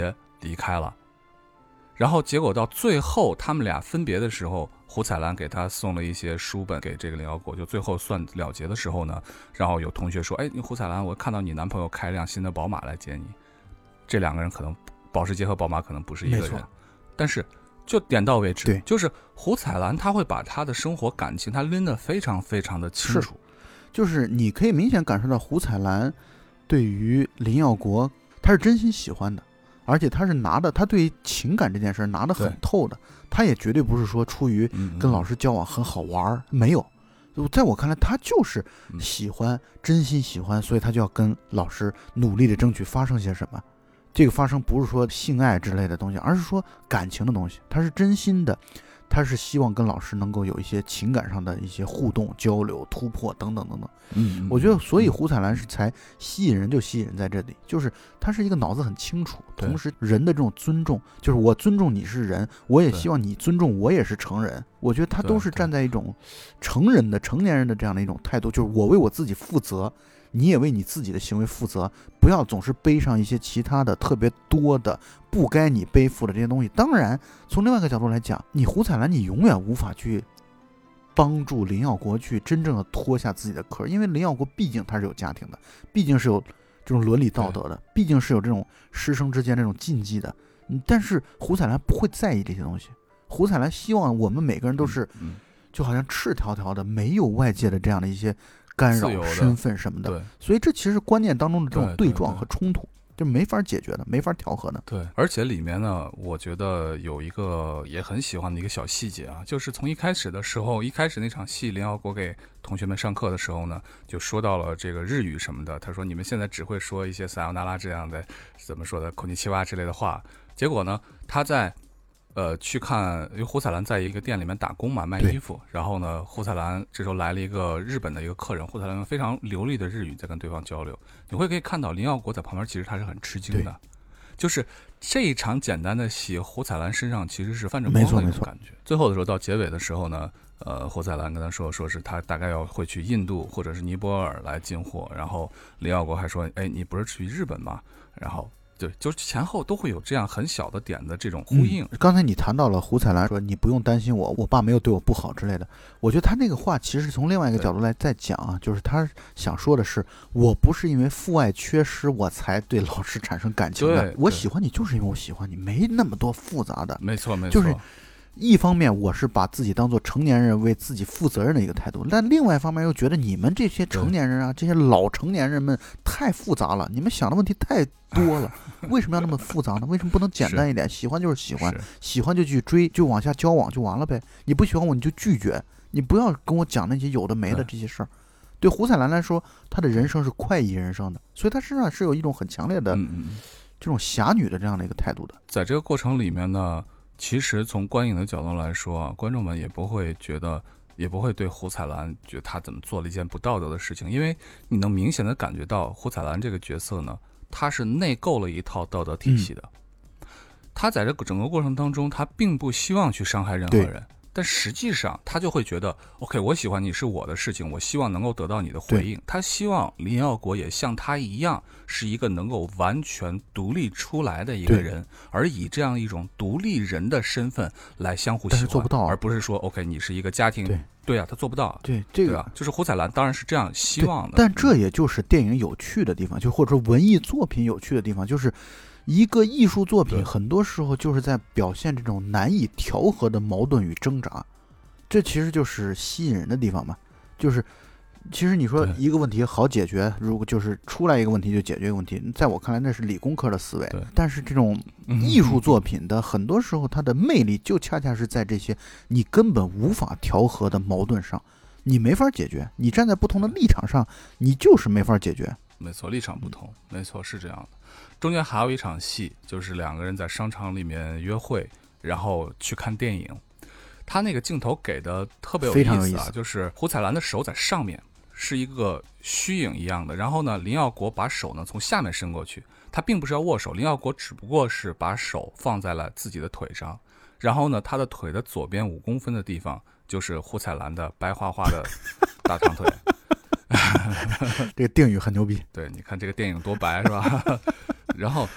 A: 离开了。然后结果到最后他们俩分别的时候，胡彩兰给他送了一些书本给这个林耀国，就最后算了结的时候呢，然后有同学说，哎，胡彩兰，我看到你男朋友开一辆新的宝马来接你。这两个人可能保时捷和宝马可能不是一个人，但是就点到为止。
B: 对，
A: 就是胡彩兰他会把他的生活感情他拎得非常非常的清楚，
B: 就是你可以明显感受到胡彩兰对于林耀国他是真心喜欢的，而且他是他对于情感这件事拿得很透的，他也绝对不是说出于跟老师交往很好玩，没有，在我看来他就是喜欢，真心喜欢，所以他就要跟老师努力的争取发生些什么。这个发生不是说性爱之类的东西，而是说感情的东西，他是真心的，他是希望跟老师能够有一些情感上的一些互动、交流、突破等等等等。我觉得所以胡彩兰是才吸引人，就吸引人在这里，就是他是一个脑子很清楚，同时人的这种尊重，就是我尊重你是人，我也希望你尊重我也是成人。我觉得他都是站在一种成人的成年人的这样的一种态度，就是我为我自己负责，你也为你自己的行为负责，不要总是背上一些其他的特别多的不该你背负的这些东西。当然从另外一个角度来讲，你胡彩兰你永远无法去帮助林耀国去真正的脱下自己的壳，因为林耀国毕竟他是有家庭的，毕竟是有这种伦理道德的，毕竟是有这种师生之间这种禁忌的。但是胡彩兰不会在意这些东西，胡彩兰希望我们每个人都是就好像赤条条的，没有外界的这样的一些干扰身份什么的。所以这其实是观念当中的这种对撞和冲突，就没法解决的，没法调和的。
A: 对，而且里面呢，我觉得有一个也很喜欢的一个小细节啊，就是从一开始的时候，一开始那场戏，林耀国给同学们上课的时候呢，就说到了这个日语什么的。他说你们现在只会说一些撒由那拉这样的怎么说的こんにちは之类的话。结果呢，他在去看，因为胡彩兰在一个店里面打工嘛，卖衣服。然后呢，胡彩兰这时候来了一个日本的一个客人，胡彩兰用非常流利的日语在跟对方交流。你可以看到林耀国在旁边，其实他是很吃惊的。就是这一场简单的戏，胡彩兰身上其实是泛着光的那种感觉。最后的时候，到结尾的时候呢，胡彩兰跟他说是他大概会去印度或者是尼泊尔来进货。然后林耀国还说，哎，你不是去日本吗？然后。对，就是前后都会有这样很小的点的这种呼应。
B: 刚才你谈到了胡彩兰说你不用担心我爸没有对我不好之类的，我觉得他那个话其实从另外一个角度来再讲啊，就是他想说的是，我不是因为父爱缺失我才对老师产生感情的，我喜欢你就是因为我喜欢你，没那么多复杂的。
A: 没错没错，
B: 就是一方面我是把自己当做成年人为自己负责任的一个态度，但另外一方面又觉得你们这些成年人啊，这些老成年人们太复杂了，你们想的问题太多了，为什么要那么复杂呢？为什么不能简单一点？喜欢就是喜欢，喜欢就去追，就往下交往就完了呗。你不喜欢我你就拒绝，你不要跟我讲那些有的没的这些事儿。对胡彩兰来说，她的人生是快意人生的，所以她身上是有一种很强烈的这种侠女的这样的一个态度的。
A: 在这个过程里面呢，其实从观影的角度来说啊，观众们也不会对胡彩兰觉得她怎么做了一件不道德的事情，因为你能明显的感觉到胡彩兰这个角色呢，她是内构了一套道德体系的。她在这个整个过程当中，她并不希望去伤害任何人，但实际上她就会觉得 OK， 我喜欢你是我的事情，我希望能够得到你的回应。她希望林耀国也像她一样是一个能够完全独立出来的一个人，而以这样一种独立人的身份来相互喜欢，
B: 但是做不到，
A: 而不是说 OK 你是一个家庭。对啊，他做不到。
B: 对这个
A: 对啊，就是胡彩兰当然是这样希望的。
B: 但这也就是电影有趣的地方，就或者说文艺作品有趣的地方，就是一个艺术作品很多时候就是在表现这种难以调和的矛盾与挣扎，这其实就是吸引人的地方嘛。就是其实你说一个问题好解决，如果就是出来一个问题就解决一个问题，在我看来那是理工科的思维。但是这种艺术作品的很多时候它的魅力就恰恰是在这些你根本无法调和的矛盾上，你没法解决，你站在不同的立场上你就是没法解决。
A: 没错，立场不同，没错，是这样的。中间还有一场戏，就是两个人在商场里面约会，然后去看电影。他那个镜头给的特别有意思啊，就是胡彩兰的手在上面，是一个虚影一样的，然后呢，林耀国把手呢从下面伸过去，他并不是要握手，林耀国只不过是把手放在了自己的腿上，然后呢，他的腿的左边5公分的地方就是胡彩兰的白花花的大长腿。
B: 这个定语很牛逼。
A: 对，你看这个电影多白是吧？然后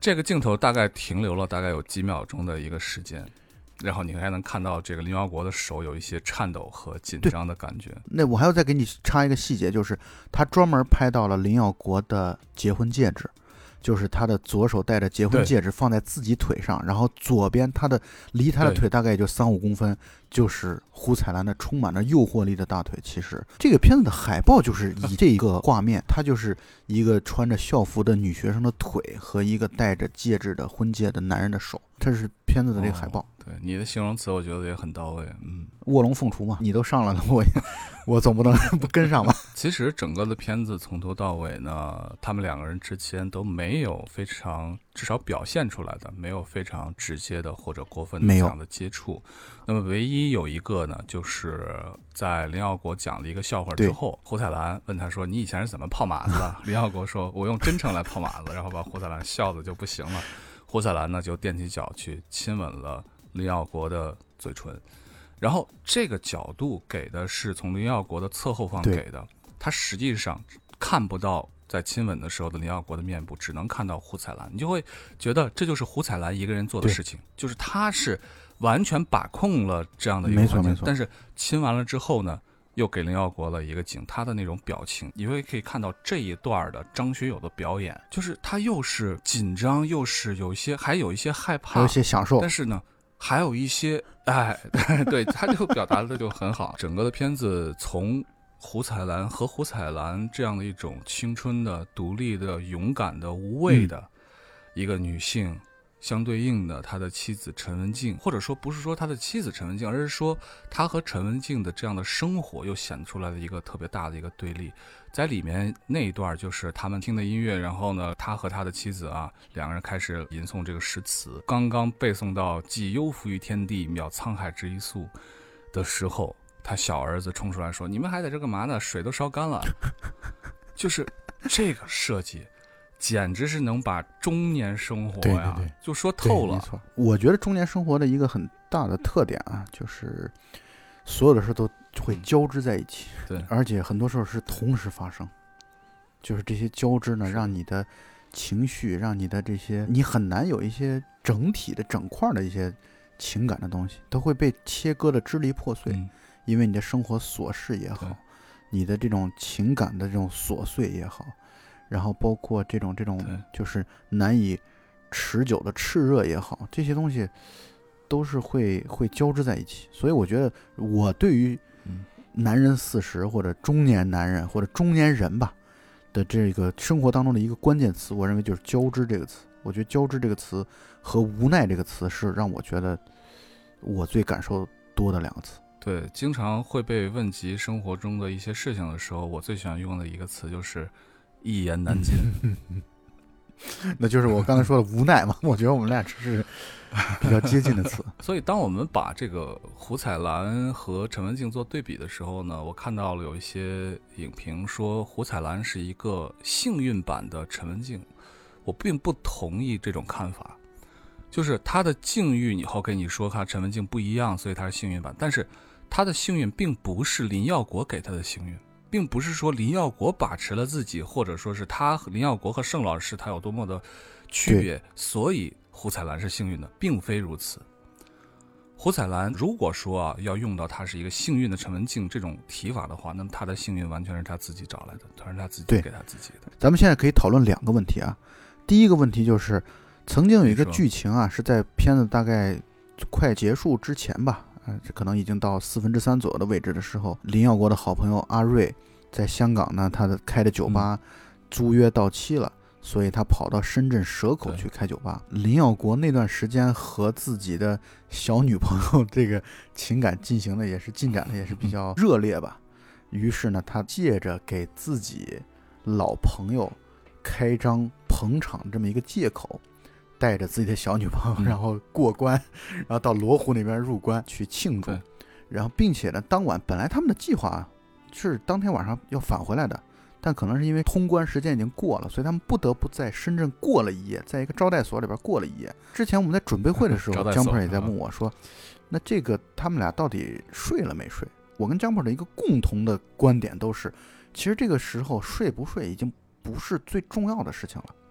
A: 这个镜头大概停留了大概有几秒钟的一个时间，然后你还能看到这个林耀国的手有一些颤抖和紧张的感觉。
B: 那我还要再给你插一个细节，就是他专门拍到了林耀国的结婚戒指，就是他的左手戴着结婚戒指放在自己腿上，然后左边离他的腿大概也就3-5公分，就是胡彩兰的充满着诱惑力的大腿。其实这个片子的海报就是以这个画面，它就是一个穿着校服的女学生的腿和一个戴着戒指的婚戒的男人的手，这是片子的这个海报。
A: 对，你的形容词我觉得也很到位。
B: 卧龙凤雏嘛，你都上来了，我总不能不跟上吧？
A: 其实整个的片子从头到尾呢，他们2个人之间都没有非常，至少表现出来的没有非常直接的或者过分的这样的接触。那么唯一有一个呢，就是在林耀国讲了一个笑话之后，胡彩兰问他说：“你以前是怎么泡马子的？”林耀国说：“我用真诚来泡马子。”然后把胡彩兰笑的就不行了。胡彩兰呢就踮起脚去亲吻了林耀国的嘴唇，然后这个角度给的是从林耀国的侧后方给的，他实际上看不到在亲吻的时候的林耀国的面部，只能看到胡彩兰，你就会觉得这就是胡彩兰一个人做的事情，就是他是完全把控了这样的一个环境。没错。但是亲完了之后呢，又给林耀国了一个景，他的那种表情，你会可以看到这一段的张学友的表演，就是他又是紧张，又是还有一些害怕，
B: 有一些享受，
A: 但是呢还有一些对，他就表达的就很好。整个的片子从胡彩兰这样的一种青春的、独立的、勇敢的、无畏的一个女性，相对应的他的妻子陈文静，或者说不是说他的妻子陈文静，而是说他和陈文静的这样的生活又显出来了一个特别大的一个对立。在里面那一段就是他们听的音乐，然后呢他和他的妻子2个人开始吟诵这个诗词，刚刚背诵到既忧服于天地，渺沧海之一粟的时候，他小儿子冲出来说：“你们还在这干嘛呢？水都烧干了。”就是这个设计简直是能把中年生活就说透了。
B: 没错，我觉得中年生活的一个很大的特点就是所有的事都会交织在一起，
A: 对，
B: 而且很多时候是同时发生，就是这些交织呢，让你的情绪，让你的这些，你很难有一些整体的整块的一些情感的东西，都会被切割的支离破碎，因为你的生活琐事也好，你的这种情感的这种琐碎也好，然后包括这种就是难以持久的炽热也好，这些东西都是会交织在一起。所以我觉得我对于男人40或者中年男人或者中年人吧的这个生活当中的一个关键词，我认为就是交织这个词。我觉得交织这个词和无奈这个词是让我觉得我最感受多的2个词。
A: 对，经常会被问及生活中的一些事情的时候，我最喜欢用的一个词就是一言难尽。
B: 那就是我刚才说的无奈嘛，我觉得我们俩是比较接近的词。
A: 所以当我们把这个胡彩兰和陈文静做对比的时候呢，我看到了有一些影评说胡彩兰是一个幸运版的陈文静，我并不同意这种看法。就是她的境遇以后跟你说她陈文静不一样，所以她是幸运版，但是她的幸运并不是林耀国给她的幸运，并不是说林耀国把持了自己，或者说是他林耀国和盛老师他有多么的区别，所以胡彩兰是幸运的，并非如此。胡彩兰如果说要用到他是一个幸运的陈文静这种提法的话，那么他的幸运完全是他自己找来的，全是他自己给他自己的。
B: 咱们现在可以讨论2个问题第一个问题就是曾经有一个剧情是在片子大概快结束之前吧，这可能已经到3/4左右的位置的时候，林耀国的好朋友阿瑞在香港呢，他开的酒吧租约到期了，所以他跑到深圳蛇口去开酒吧。林耀国那段时间和自己的小女朋友这个情感进展的也是比较热烈吧。于是呢，他借着给自己老朋友开张捧场这么一个借口，带着自己的小女朋友然后过关，然后到罗湖那边入关去庆祝。然后并且呢，当晚本来他们的计划是当天晚上要返回来的，但可能是因为通关时间已经过了，所以他们不得不在深圳过了一夜，在一个招待所里边过了一夜。之前我们在准备会的时候，江鹏也在问我说，那这个他们俩到底睡了没睡？我跟江鹏的一个共同的观点都是，其实这个时候睡不睡已经不是最重要的事情了，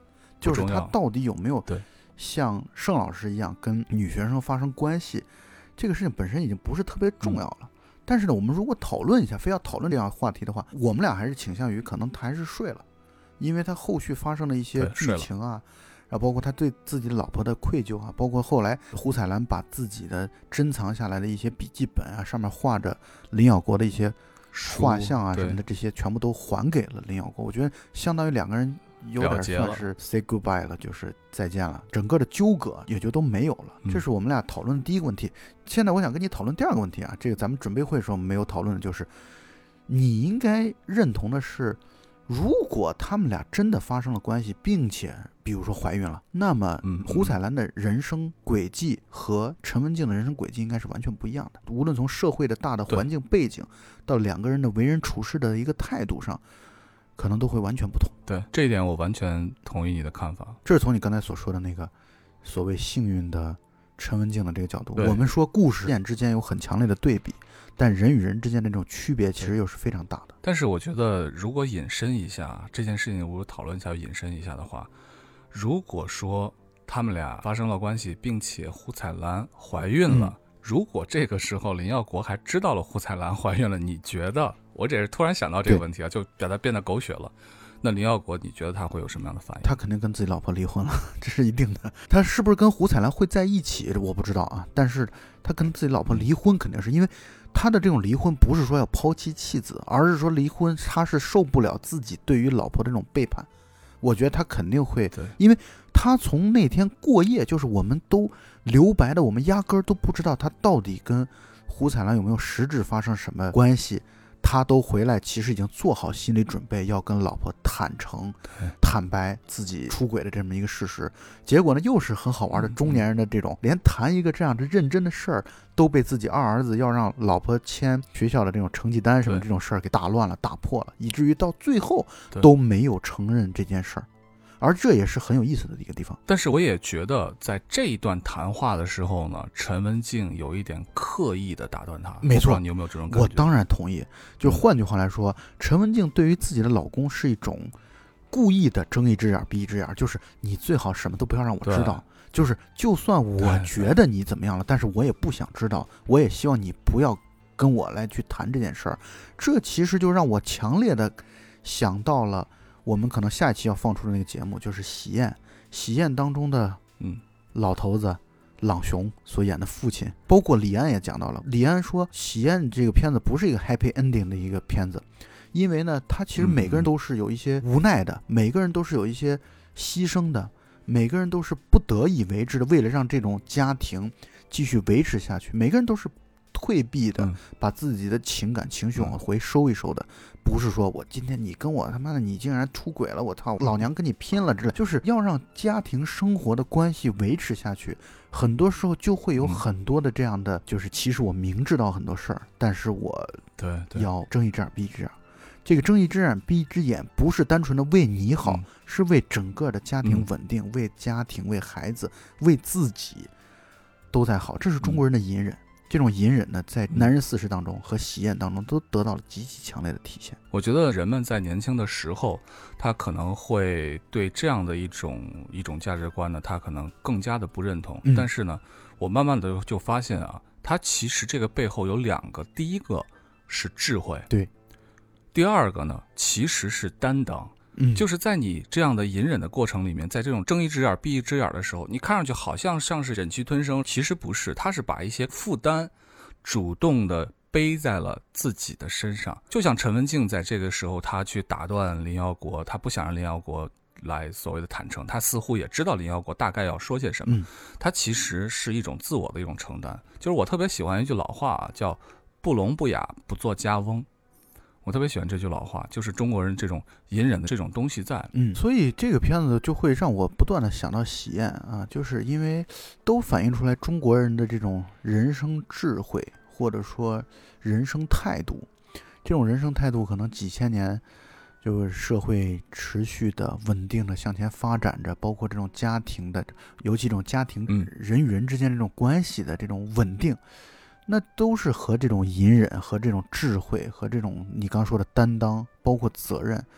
B: 就是他到底有没有像盛老师一样跟女学生发生关系，这个事情本身已经不是特别重要了。但是呢，我们如果讨论一下，非要讨论这样话题的话，我们俩还是倾向于可能他还是睡了，因为他后续发生的一些剧情啊，然后包括他对自己老婆的愧疚啊，包括后来胡彩兰把自己的珍藏下来的一些笔记本啊，上面画着林小国的一些画像啊什么的，这些全部都还给了林小国。我觉得相当于两个人有点算是 say goodbye 了，就是再见了，整个的纠葛也就都没有了。这是我们俩讨论的第一个问题。现在我想跟你讨论第二个问题啊，这个咱们准备会的时候没有讨论的就是，你应该认同的是，如果他们俩真的发生了关系，并且比如说怀孕了，那么胡彩兰的人生轨迹和陈文静的人生轨迹应该是完全不一样的，无论从社会的大的环境背景到两个人的为人处事的一个态度上，可能都会完全不同。
A: 对，这一点我完全同意你的看法。
B: 这是从你刚才所说的那个所谓幸运的陈文静的这个角度，我们说故事之间有很强烈的对比，但人与人之间的这种区别其实又是非常大的。
A: 但是我觉得如果引申一下这件事情，如果讨论一下引申一下的话，如果说他们俩发生了关系，并且胡彩兰怀孕了，如果这个时候林耀国还知道了胡彩兰怀孕了，你觉得，我只是突然想到这个问题啊，就把它变得狗血了，那林耀国你觉得他会有什么样的反应？
B: 他肯定跟自己老婆离婚了，这是一定的。他是不是跟胡彩兰会在一起我不知道啊，但是他跟自己老婆离婚肯定是因为他的这种离婚不是说要抛妻弃子，而是说离婚他是受不了自己对于老婆的这种背叛。我觉得他肯定会，因为他从那天过夜，就是我们都留白的，我们压根儿都不知道他到底跟胡彩兰有没有实质发生什么关系，他都回来其实已经做好心理准备，要跟老婆坦白自己出轨的这么一个事实。结果呢，又是很好玩的中年人的这种，连谈一个这样的认真的事儿都被自己二儿子要让老婆签学校的这种成绩单什么这种事儿给打乱了打破了，以至于到最后都没有承认这件事儿。而这也是很有意思的一个地方。
A: 但是我也觉得在这一段谈话的时候呢，陈文静有一点刻意的打断他。
B: 没错，
A: 你有没有这种感觉？
B: 我当然同意。就换句话来说，陈文静对于自己的老公是一种故意的睁一只眼闭一只眼，就是你最好什么都不要让我知道，就是就算我觉得你怎么样了，但是我也不想知道，我也希望你不要跟我来去谈这件事儿。这其实就让我强烈的想到了我们可能下一期要放出的那个节目，就是喜宴当中的老头子朗雄所演的父亲，包括李安也讲到了。李安说喜宴这个片子不是一个 happy ending 的一个片子，因为呢他其实每个人都是有一些无奈的，每个人都是有一些牺牲的，每个人都是不得已为之的，为了让这种家庭继续维持下去，每个人都是退避的，把自己的情感情绪往回收一收的，不是说我今天你跟我他妈的你竟然出轨了，我操，老娘跟你拼了之类，就是要让家庭生活的关系维持下去。很多时候就会有很多的这样的，就是其实我明知道很多事儿，但是我要睁一只眼闭一只眼。这个睁一只眼闭一只眼不是单纯的为你好，是为整个的家庭稳定，为家庭，为孩子，为自己都在好。这是中国人的隐忍。这种隐忍呢，在男人40当中和喜宴当中都得到了极其强烈的体现。
A: 我觉得人们在年轻的时候，他可能会对这样的一种价值观呢，他可能更加的不认同。但是呢，我慢慢的就发现啊，他其实这个背后有两个，第一个是智慧，
B: 对；
A: 第二个呢，其实是担当。就是在你这样的隐忍的过程里面，在这种睁一只眼闭一只眼的时候，你看上去好像是忍气吞声，其实不是，他是把一些负担主动的背在了自己的身上。就像陈文静在这个时候，他去打断林耀国，他不想让林耀国来所谓的坦诚，他似乎也知道林耀国大概要说些什么，他其实是一种自我的一种承担。就是我特别喜欢一句老话啊，叫不聋不哑不做家翁。我特别喜欢这句老话，就是中国人这种隐忍的这种东西在。
B: 所以这个片子就会让我不断的想到喜宴啊，就是因为都反映出来中国人的这种人生智慧，或者说人生态度。这种人生态度可能几千年，就是社会持续的稳定的向前发展着，包括这种家庭的，尤其这种家庭人与人之间这种关系的这种稳定。那都是和这种隐忍和这种智慧和这种你刚说的担当包括责任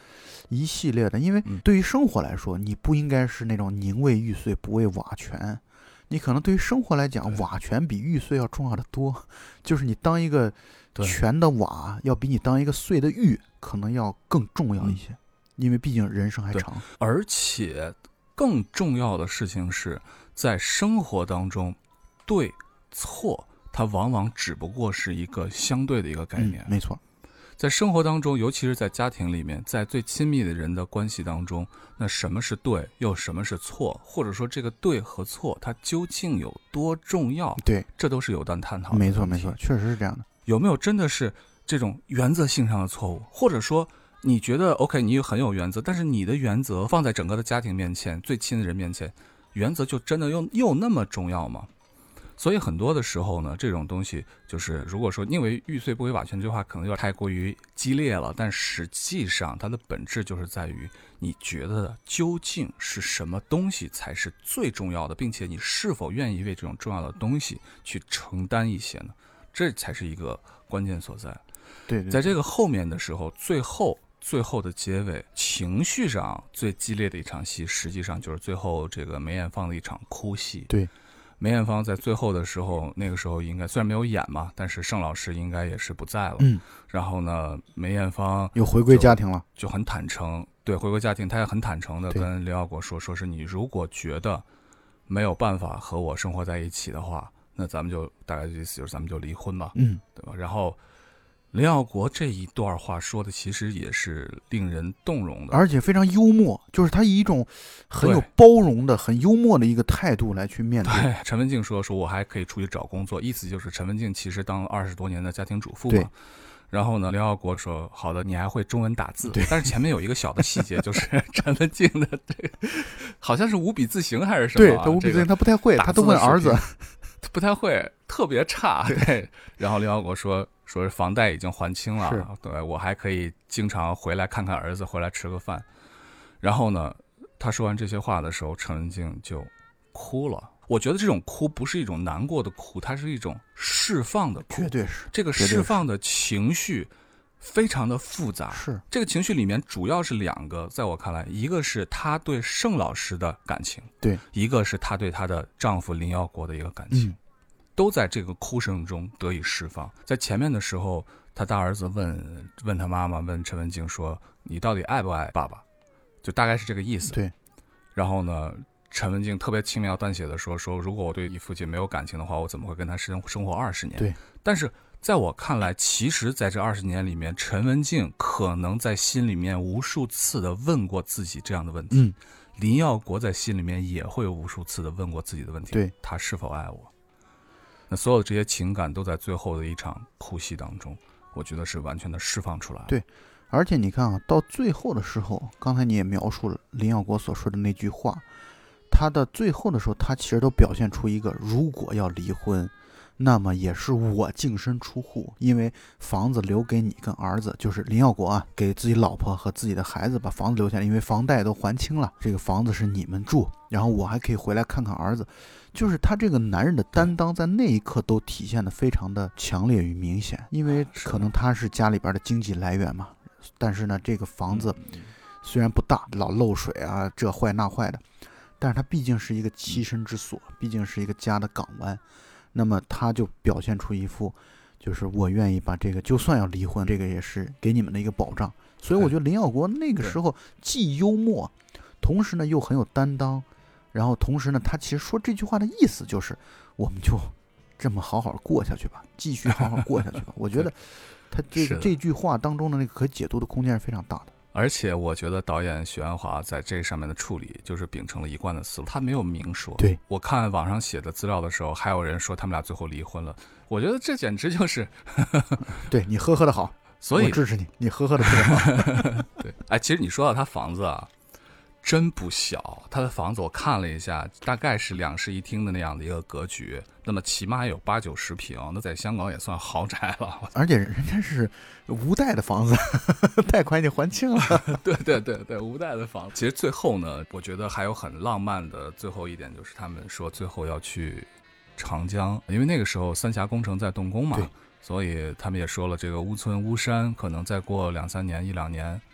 B: 一系列的。因为对于生活来说，你不应该是那种宁为玉碎不为瓦全，你可能对于生活来讲，瓦全比玉碎要重要的多。就是你当一个全的瓦，要比你当一个碎的玉可能要更重要一些，因为毕竟人生还长。
A: 而且更重要的事情是在生活当中，对错它往往只不过是一个相对的一个概念。
B: 没错，
A: 在生活当中，尤其是在家庭里面，在最亲密的人的关系当中，那什么是对，又什么是错，或者说这个对和错它究竟有多重要，
B: 对，
A: 这都是有待探讨的。
B: 没错没错，确实是这样的。
A: 有没有真的是这种原则性上的错误，或者说你觉得 OK 你很有原则，但是你的原则放在整个的家庭面前，最亲的人面前，原则就真的又那么重要吗？所以很多的时候呢，这种东西就是如果说宁为玉碎不为瓦全这句话可能有点太过于激烈了，但实际上它的本质就是在于你觉得究竟是什么东西才是最重要的，并且你是否愿意为这种重要的东西去承担一些呢？这才是一个关键所在。
B: 对，
A: 在这个后面的时候，最后的结尾，情绪上最激烈的一场戏，实际上就是最后这个梅艳芳的一场哭戏。
B: 对，
A: 梅艳芳在最后的时候，那个时候应该虽然没有演嘛，但是盛老师应该也是不在了。然后呢，梅艳芳
B: 又回归家庭了，
A: 就很坦诚，对，回归家庭，她也很坦诚的跟刘耀国说是你如果觉得没有办法和我生活在一起的话，那咱们就大概意思就是咱们就离婚吧，对吧？然后林耀国这一段话说的其实也是令人动容的，
B: 而且非常幽默，就是他以一种很有包容的、很幽默的一个态度来去面对。
A: 对，陈文静说我还可以出去找工作，意思就是陈文静其实当了20多年的家庭主妇嘛。然后呢，林耀国说好的，你还会中文打字，但是前面有一个小的细节，就是陈文静的这个好像是五笔字形还是什么、
B: 对，他五笔字形他不太会，他都问儿子。
A: 不太会，特别差。对，然后林耀国说是房贷已经还清了，对，我还可以经常回来看看儿子，回来吃个饭。然后呢，他说完这些话的时候，陈文静就哭了。我觉得这种哭不是一种难过的哭，它是一种释放的哭，
B: 绝对是
A: 这个释放的情绪非常的复杂。
B: 是
A: 这个情绪里面主要是两个，在我看来，一个是她对盛老师的感情，
B: 对，
A: 一个是她对她的丈夫林耀国的一个感情，都在这个哭声中得以释放。在前面的时候，他大儿子问他妈妈，问陈文静说：“你到底爱不爱爸爸？”就大概是这个意思。
B: 对。
A: 然后呢，陈文静特别轻描淡写的说如果我对你父亲没有感情的话，我怎么会跟他生活20年？
B: 对。
A: 但是在我看来，其实在这20年里面，陈文静可能在心里面无数次的问过自己这样的问题。林耀国在心里面也会无数次的问过自己的问题：
B: 对，
A: 他是否爱我？那所有这些情感都在最后的一场哭戏当中，我觉得是完全的释放出来了。
B: 对，而且你看啊，到最后的时候，刚才你也描述了林耀国所说的那句话，他的最后的时候，他其实都表现出一个，如果要离婚，那么也是我净身出户，因为房子留给你跟儿子，就是林耀国啊，给自己老婆和自己的孩子把房子留下来，因为房贷都还清了，这个房子是你们住，然后我还可以回来看看儿子。就是他这个男人的担当在那一刻都体现得非常的强烈与明显，因为可能他是家里边的经济来源嘛，但是呢这个房子虽然不大，老漏水啊，这坏那坏的，但是它毕竟是一个栖身之所，毕竟是一个家的港湾，那么他就表现出一副就是我愿意把这个，就算要离婚，这个也是给你们的一个保障。所以我觉得林耀国那个时候既幽默，同时呢又很有担当，然后同时呢他其实说这句话的意思就是我们就这么好好过下去吧，继续好好过下去吧。我觉得他这句话当中的那个可解读的空间是非常大的。
A: 而且我觉得导演许鞍华在这上面的处理就是秉承了一贯的思路，他没有明说。
B: 对，
A: 我看网上写的资料的时候，还有人说他们俩最后离婚了，我觉得这简直就是
B: 对，你呵呵的好，
A: 所以
B: 我支持你，你呵呵的特别好。
A: 对，哎，其实你说到他房子啊，真不小，他的房子我看了一下，大概是2室1厅的那样的一个格局，那么起码有80-90平，那在香港也算豪宅了。
B: 而且人家是无贷的房子，贷款已经还清了。
A: 对，无贷的房子。其实最后呢，我觉得还有很浪漫的最后一点，就是他们说最后要去长江，因为那个时候三峡工程在动工嘛，所以他们也说了，这个乌村乌山可能再过2-3年1-2年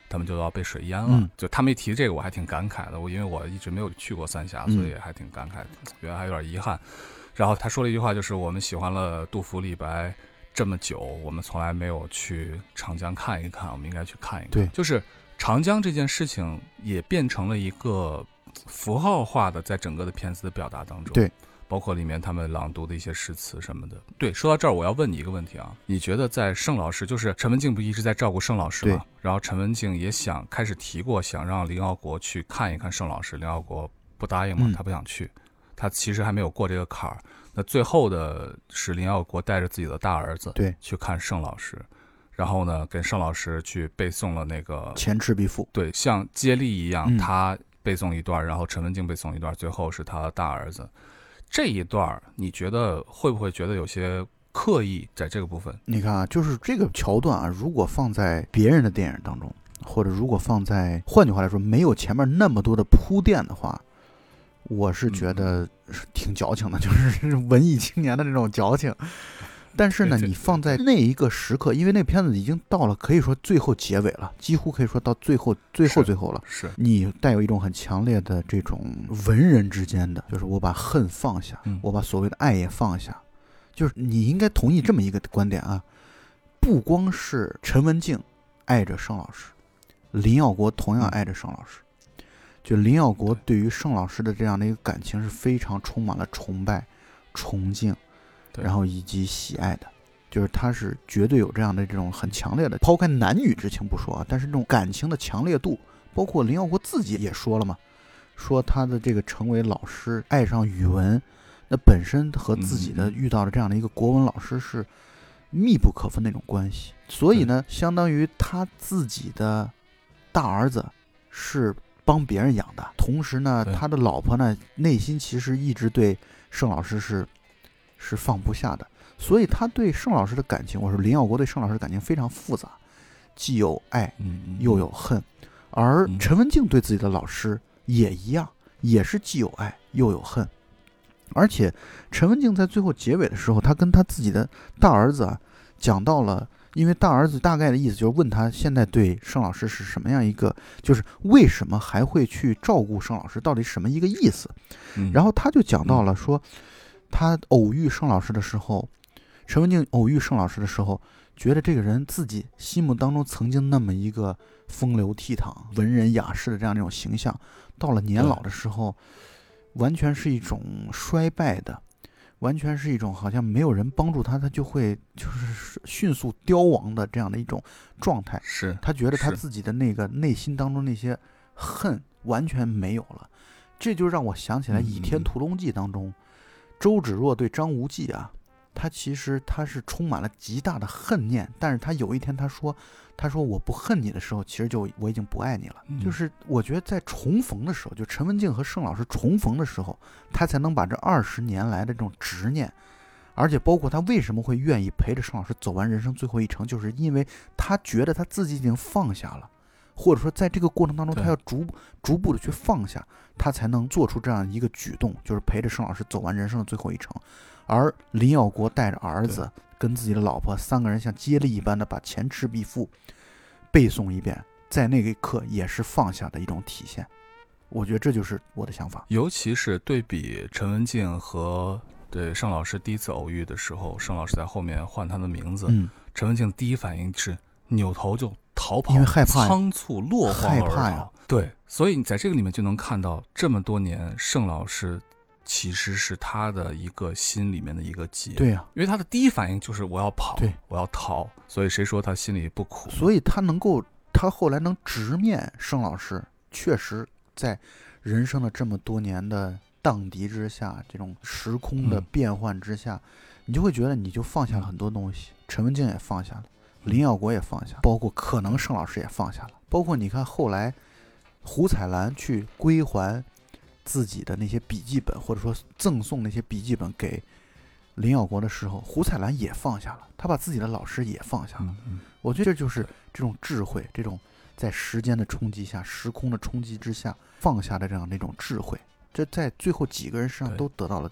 A: 他们就要被水淹了。就他们一提这个，我还挺感慨的。因为我一直没有去过三峡，所以还挺感慨的，觉得还有点遗憾。然后他说了一句话，就是我们喜欢了杜甫、李白这么久，我们从来没有去长江看一看，我们应该去看一看。
B: 对，
A: 就是长江这件事情也变成了一个符号化的，在整个的片子的表达当中。
B: 对。
A: 包括里面他们朗读的一些诗词什么的。对，说到这儿，我要问你一个问题啊，你觉得在盛老师，就是陈文镜不一直在照顾盛老师吗？然后陈文镜也开始提过，想让林耀国去看一看盛老师，林耀国不答应嘛，他不想去，他其实还没有过这个坎儿。那最后的是林耀国带着自己的大儿子去看盛老师，然后呢，跟盛老师去背诵了那个
B: 前赤壁赋，
A: 对，像接力一样，他背诵一段，然后陈文镜背诵一段，最后是他的大儿子。这一段你觉得会不会觉得有些刻意在这个部分？
B: 你看啊，就是这个桥段啊，如果放在别人的电影当中，或者如果放在，换句话来说，没有前面那么多的铺垫的话，我是觉得挺矫情的，就是文艺青年的这种矫情。但是呢，你放在那一个时刻，因为那片子已经到了可以说最后结尾了，几乎可以说到最后了。
A: 是
B: 你带有一种很强烈的这种文人之间的，就是我把恨放下，我把所谓的爱也放下。就是你应该同意这么一个观点啊，不光是陈文镜爱着盛老师，林耀国同样爱着盛老师。就林耀国对于盛老师的这样的一个感情是非常充满了崇拜、崇敬。然后以及喜爱的，就是他是绝对有这样的这种很强烈的，抛开男女之情不说啊，但是这种感情的强烈度，包括林耀国自己也说了嘛，说他的这个成为老师，爱上语文，那本身和自己的遇到的这样的一个国文老师是密不可分那种关系，所以呢，相当于他自己的大儿子是帮别人养的，同时呢，他的老婆呢，内心其实一直对盛老师是放不下的，所以他对盛老师的感情，我说林耀国对盛老师的感情非常复杂，既有爱又有恨，而陈文镜对自己的老师也一样，也是既有爱又有恨。而且陈文镜在最后结尾的时候，他跟他自己的大儿子啊讲到了，因为大儿子大概的意思就是问他现在对盛老师是什么样一个，就是为什么还会去照顾盛老师，到底什么一个意思。然后他就讲到了说，他偶遇盛老师的时候，陈文镜偶遇盛老师的时候，觉得这个人自己心目当中曾经那么一个风流倜傥、文人雅士的这样一种形象，到了年老的时候，完全是一种衰败的，完全是一种好像没有人帮助他，他就会就是迅速凋亡的这样的一种状态。
A: 是
B: 他觉得他自己的那个内心当中那些恨完全没有了，这就让我想起来《倚天屠龙记》当中。周芷若对张无忌啊，他其实他是充满了极大的恨念，但是他有一天他说我不恨你的时候，其实我已经不爱你了。就是我觉得在重逢的时候，就陈文镜和盛老师重逢的时候，他才能把这20年来的这种执念，而且包括他为什么会愿意陪着盛老师走完人生最后一程，就是因为他觉得他自己已经放下了，或者说在这个过程当中他要逐步的去放下，他才能做出这样一个举动，就是陪着盛老师走完人生的最后一程。而林耀国带着儿子跟自己的老婆3个人像接力一般的把前赤壁赋背诵一遍，在那个一刻也是放下的一种体现。我觉得这就是我的想法。
A: 尤其是对比陈文镜和对盛老师第一次偶遇的时候，盛老师在后面唤他的名字，陈文镜第一反应是扭头就逃跑，
B: 因为害怕，
A: 仓促落荒而逃。
B: 害怕呀。
A: 对，所以你在这个里面就能看到这么多年盛老师其实是他的一个心里面的一个结。
B: 对呀，
A: 因为他的第一反应就是我要跑，我要逃，所以谁说他心里不苦？
B: 所以他后来能直面盛老师，确实在人生的这么多年的荡涤之下，这种时空的变换之下，你就会觉得你就放下了很多东西。陈文镜也放下了，林耀国也放下了，包括可能盛老师也放下了，包括你看后来胡彩兰去归还自己的那些笔记本，或者说赠送那些笔记本给林耀国的时候，胡彩兰也放下了，他把自己的老师也放下了。我觉得这就是这种智慧，这种在时间的冲击下、时空的冲击之下放下的这样的一种智慧，这在最后几个人身上都得到了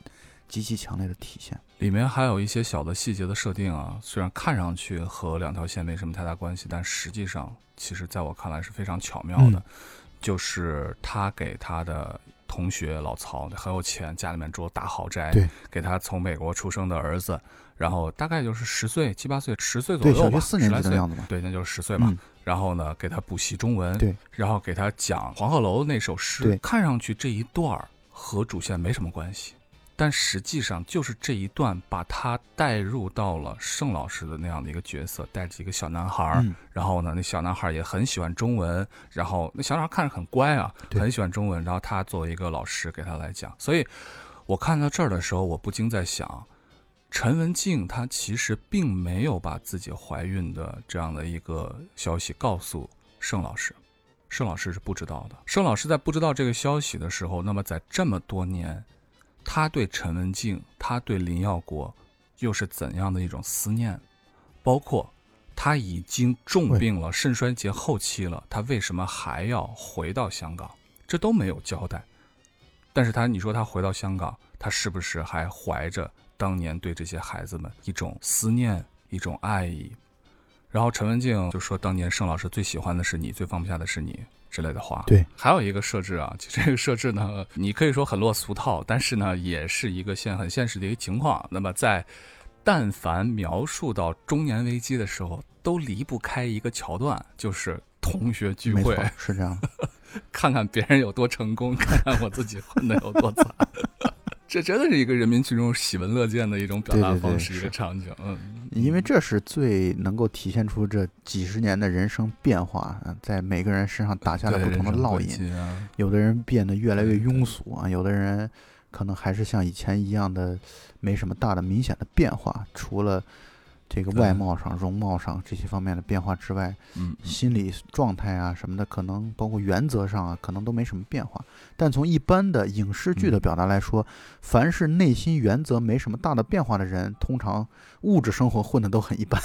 B: 极其强烈的体现。
A: 里面还有一些小的细节的设定啊，虽然看上去和两条线没什么太大关系，但实际上其实在我看来是非常巧妙的。就是他给他的同学老曹很有钱，家里面住大豪宅，
B: 对，
A: 给他从美国出生的儿子，然后大概就是10岁7、8岁10岁左右吧，
B: 对，小学4年级的样子吧，
A: 对，那就是10岁吧。然后呢，给他补习中文，
B: 对，
A: 然后给他讲黄鹤楼那首诗，
B: 对，
A: 看上去这一段和主线没什么关系，但实际上就是这一段把他带入到了盛老师的那样的一个角色，带着一个小男孩，然后呢，那小男孩也很喜欢中文，然后那小男孩看着很乖啊，很喜欢中文，然后他作为一个老师给他来讲，所以我看到这儿的时候，我不禁在想，陈文静她其实并没有把自己怀孕的这样的一个消息告诉盛老师，盛老师是不知道的。盛老师在不知道这个消息的时候，那么在这么多年，他对陈文静，他对林耀国又是怎样的一种思念？包括他已经重病了，肾衰竭后期了，他为什么还要回到香港？这都没有交代。但是你说他回到香港，他是不是还怀着当年对这些孩子们一种思念，一种爱意？然后陈文静就说，当年盛老师最喜欢的是你，最放不下的是你之类的话。
B: 对，
A: 还有一个设置啊，这个设置呢，你可以说很落俗套，但是呢，也是一个很现实的一个情况。那么在但凡描述到中年危机的时候，都离不开一个桥段，就是同学聚会。
B: 没错，是这样的。
A: 看看别人有多成功，看看我自己混得有多惨。这真的是一个人民群众喜闻乐见的一种表达方式，一个场景。
B: 因为这是最能够体现出这几十年的人生变化，在每个人身上打下了不同的烙印。有的人变得越来越庸俗啊，有的人可能还是像以前一样的没什么大的明显的变化，除了这个外貌上、容貌上这些方面的变化之外，心理状态啊什么的，可能包括原则上啊，可能都没什么变化。但从一般的影视剧的表达来说，凡是内心原则没什么大的变化的人，通常物质生活混得都很一般。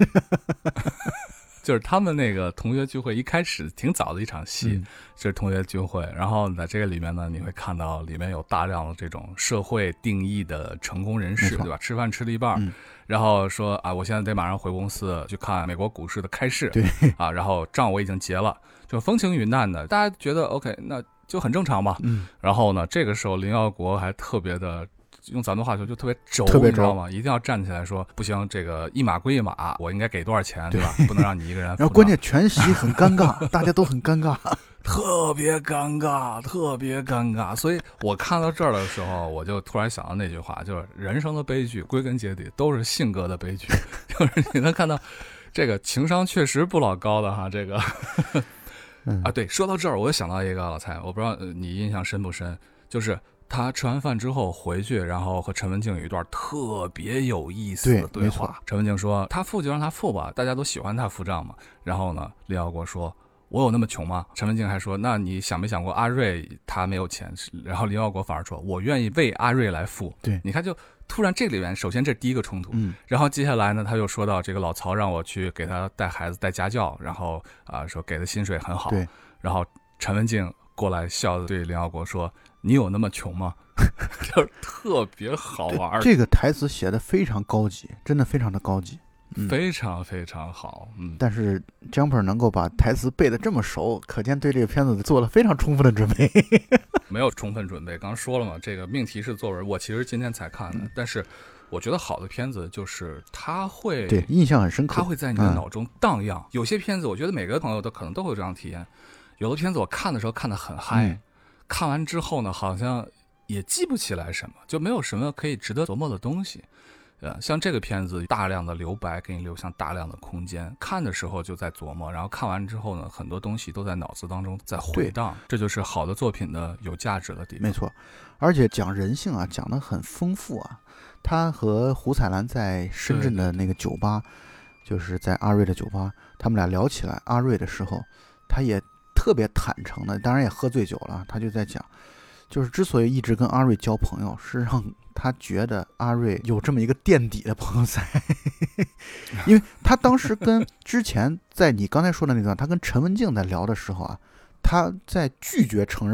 A: 就是他们那个同学聚会一开始挺早的一场戏，就是同学聚会，然后在这个里面呢，你会看到里面有大量的这种社会定义的成功人士，对吧？吃饭吃了一半，然后说啊，我现在得马上回公司去看美国股市的开市，
B: 对
A: 啊，然后账我已经结了，就风轻云淡的，大家觉得 OK， 那就很正常吧。然后呢，这个时候林耀国还特别的。用咱们话说就特别轴，你知道吗？一定要站起来说不行，这个一码归一码，我应该给多少钱，对吧？不能让你一个人。
B: 然后关键全席很尴尬，大家都很尴尬，
A: 特别尴尬，特别尴尬。所以我看到这儿的时候，我就突然想到那句话，就是人生的悲剧归根结底都是性格的悲剧。就是你能看到这个情商确实不老高的哈，这个啊，对，说到这儿我又想到一个老蔡，我不知道你印象深不深，就是他吃完饭之后回去，然后和陈文静有一段特别有意思的对话。陈文静说：“他付就让他付吧，大家都喜欢他付账嘛。”然后呢，林耀国说：“我有那么穷吗？”陈文静还说：“那你想没想过阿瑞他没有钱？”然后林耀国反而说：“我愿意为阿瑞来付。”
B: 对，
A: 你看就突然这里面，首先这是第一个冲突，然后接下来呢，他又说到这个老曹让我去给他带孩子带家教，然后说给的薪水很好，
B: 对，
A: 然后陈文静过来笑着对林耀国说：“你有那么穷吗？”就是特别好玩。
B: 这个台词写的非常高级，真的非常的高级，
A: 非常非常好。
B: 但是 Jumper 能够把台词背得这么熟，可见对这个片子做了非常充分的准备。
A: 没有充分准备，刚说了嘛，这个命题是作文，我其实今天才看的，但是我觉得好的片子就是它会
B: 对印象很深刻，
A: 它会在你的脑中荡漾。有些片子，我觉得每个朋友可能都会有这样的体验。有的片子我看的时候看得很嗨，看完之后呢，好像也记不起来什么，就没有什么可以值得琢磨的东西。像这个片子大量的留白，给你留下大量的空间，看的时候就在琢磨，然后看完之后呢，很多东西都在脑子当中在回荡，这就是好的作品的有价值的地方。
B: 没错，而且讲人性啊，讲得很丰富啊。他和胡彩兰在深圳的那个酒吧，就是在阿瑞的酒吧，他们俩聊起来阿瑞的时候，他也特别坦诚的，当然也喝醉酒了，他就在讲，就是之所以一直跟阿瑞交朋友，是让他觉得阿瑞有这么一个垫底的朋友在。因为他当时跟之前在你刚才说的那段，他跟陈文静在聊的时候啊，他在拒绝承认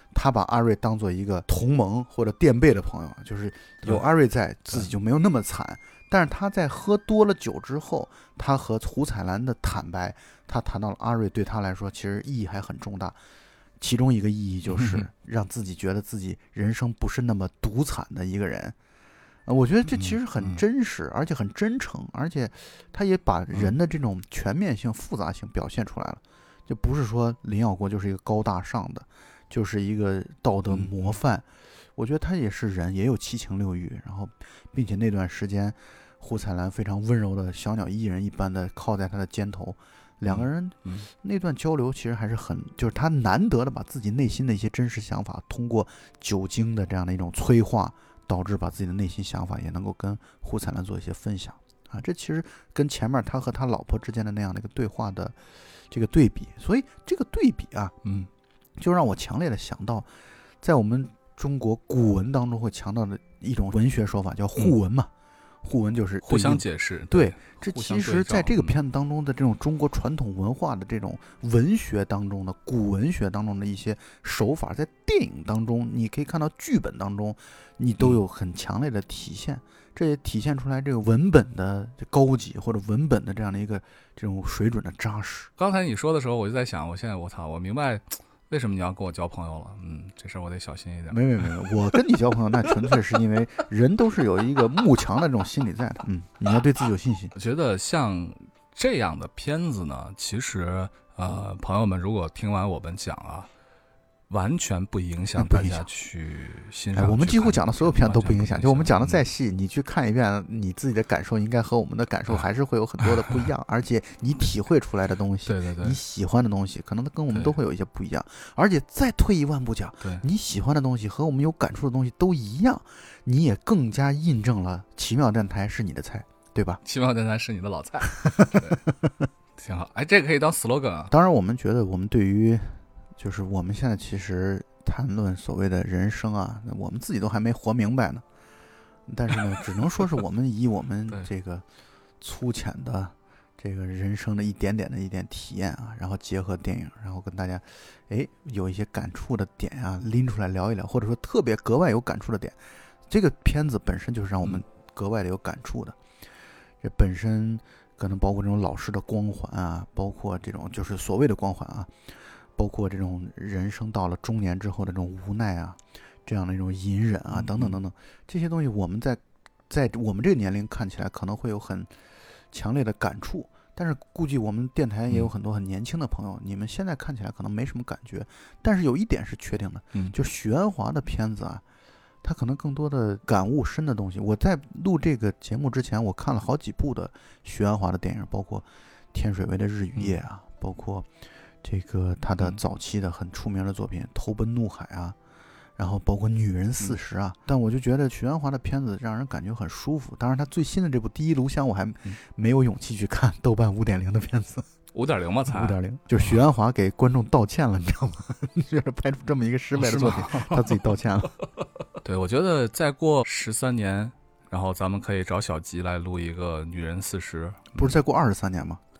B: 他把阿瑞当做一个同盟或者垫背的朋友，就是有阿瑞在，自己就没有那么惨。但是他在喝多了酒之后，他和胡彩兰的坦白，他谈到了阿瑞对他来说其实意义还很重大。其中一个意义就是让自己觉得自己人生不是那么独惨的一个人。我觉得这其实很真实，而且很真诚，而且他也把人的这种全面性、复杂性表现出来了。就不是说林耀国就是一个高大上的，就是一个道德模范。我觉得他也是人，也有七情六欲，然后并且那段时间胡彩兰非常温柔的小鸟依人一般的靠在他的肩头，两个人那段交流其实还是很，就是他难得的把自己内心的一些真实想法通过酒精的这样的一种催化，导致把自己的内心想法也能够跟胡彩兰做一些分享啊。这其实跟前面他和他老婆之间的那样的一个对话的这个对比，所以这个对比啊，就让我强烈的想到，在我们中国古文当中会强调的一种文学说法叫互文嘛。互文就是
A: 互相解释。
B: 对，这其实在这个片子当中的这种中国传统文化的这种文学当中的古文学当中的一些手法，在电影当中你可以看到，剧本当中你都有很强烈的体现。这也体现出来这个文本的高级，或者文本的这样的一个这种水准的扎实。
A: 刚才你说的时候，我就在想，我明白为什么你要跟我交朋友了。这事儿我得小心一点。
B: 没，我跟你交朋友那纯粹是因为人都是有一个慕强的这种心理在的。你要对自己有信心。
A: 我觉得像这样的片子呢，其实朋友们如果听完我们讲啊，完全不影响大家去欣赏。
B: 我们几乎讲的所有片都不影响，就我们讲的再细，你去看一遍，你自己的感受应该和我们的感受还是会有很多的不一样，而且你体会出来的东西，
A: 对，
B: 你喜欢的东西，可能跟我们都会有一些不一样。而且再退一万步讲，你喜欢的东西和我们有感触的东西都一样，你也更加印证了奇妙电台是你的菜，对吧？
A: 奇妙电台是你的老菜，挺好。这个可以当 slogan 啊。
B: 当然，我们觉得我们对于就是我们现在其实谈论所谓的人生啊，我们自己都还没活明白呢。但是呢，只能说是我们以我们这个粗浅的这个人生的一点体验啊，然后结合电影，然后跟大家有一些感触的点啊拎出来聊一聊，或者说特别格外有感触的点。这个片子本身就是让我们格外的有感触的。这本身可能包括这种老师的光环啊，包括这种就是所谓的光环啊，包括这种人生到了中年之后的这种无奈啊，这样的一种隐忍啊，等等等等，这些东西我们在我们这个年龄看起来可能会有很强烈的感触，但是估计我们电台也有很多很年轻的朋友，你们现在看起来可能没什么感觉，但是有一点是确定的，就是许鞍华的片子啊，他可能更多的感悟深的东西。我在录这个节目之前，我看了好几部的许鞍华的电影，包括天水围的日与夜啊，包括这个他的早期的很出名的作品《投奔怒海》啊，然后包括《女人40》啊，但我就觉得许鞍华的片子让人感觉很舒服。当然，他最新的这部《第一炉香》我还没有勇气去看，豆瓣5.0的片子。
A: 5.0吗？才
B: 5.0，就是许鞍华给观众道歉了，你知道吗？就是拍出这么一个失败的作品，他自己道歉了。
A: 对，我觉得再过13年，然后咱们可以找小吉来录一个《女人40》，
B: 不是再过23年吗？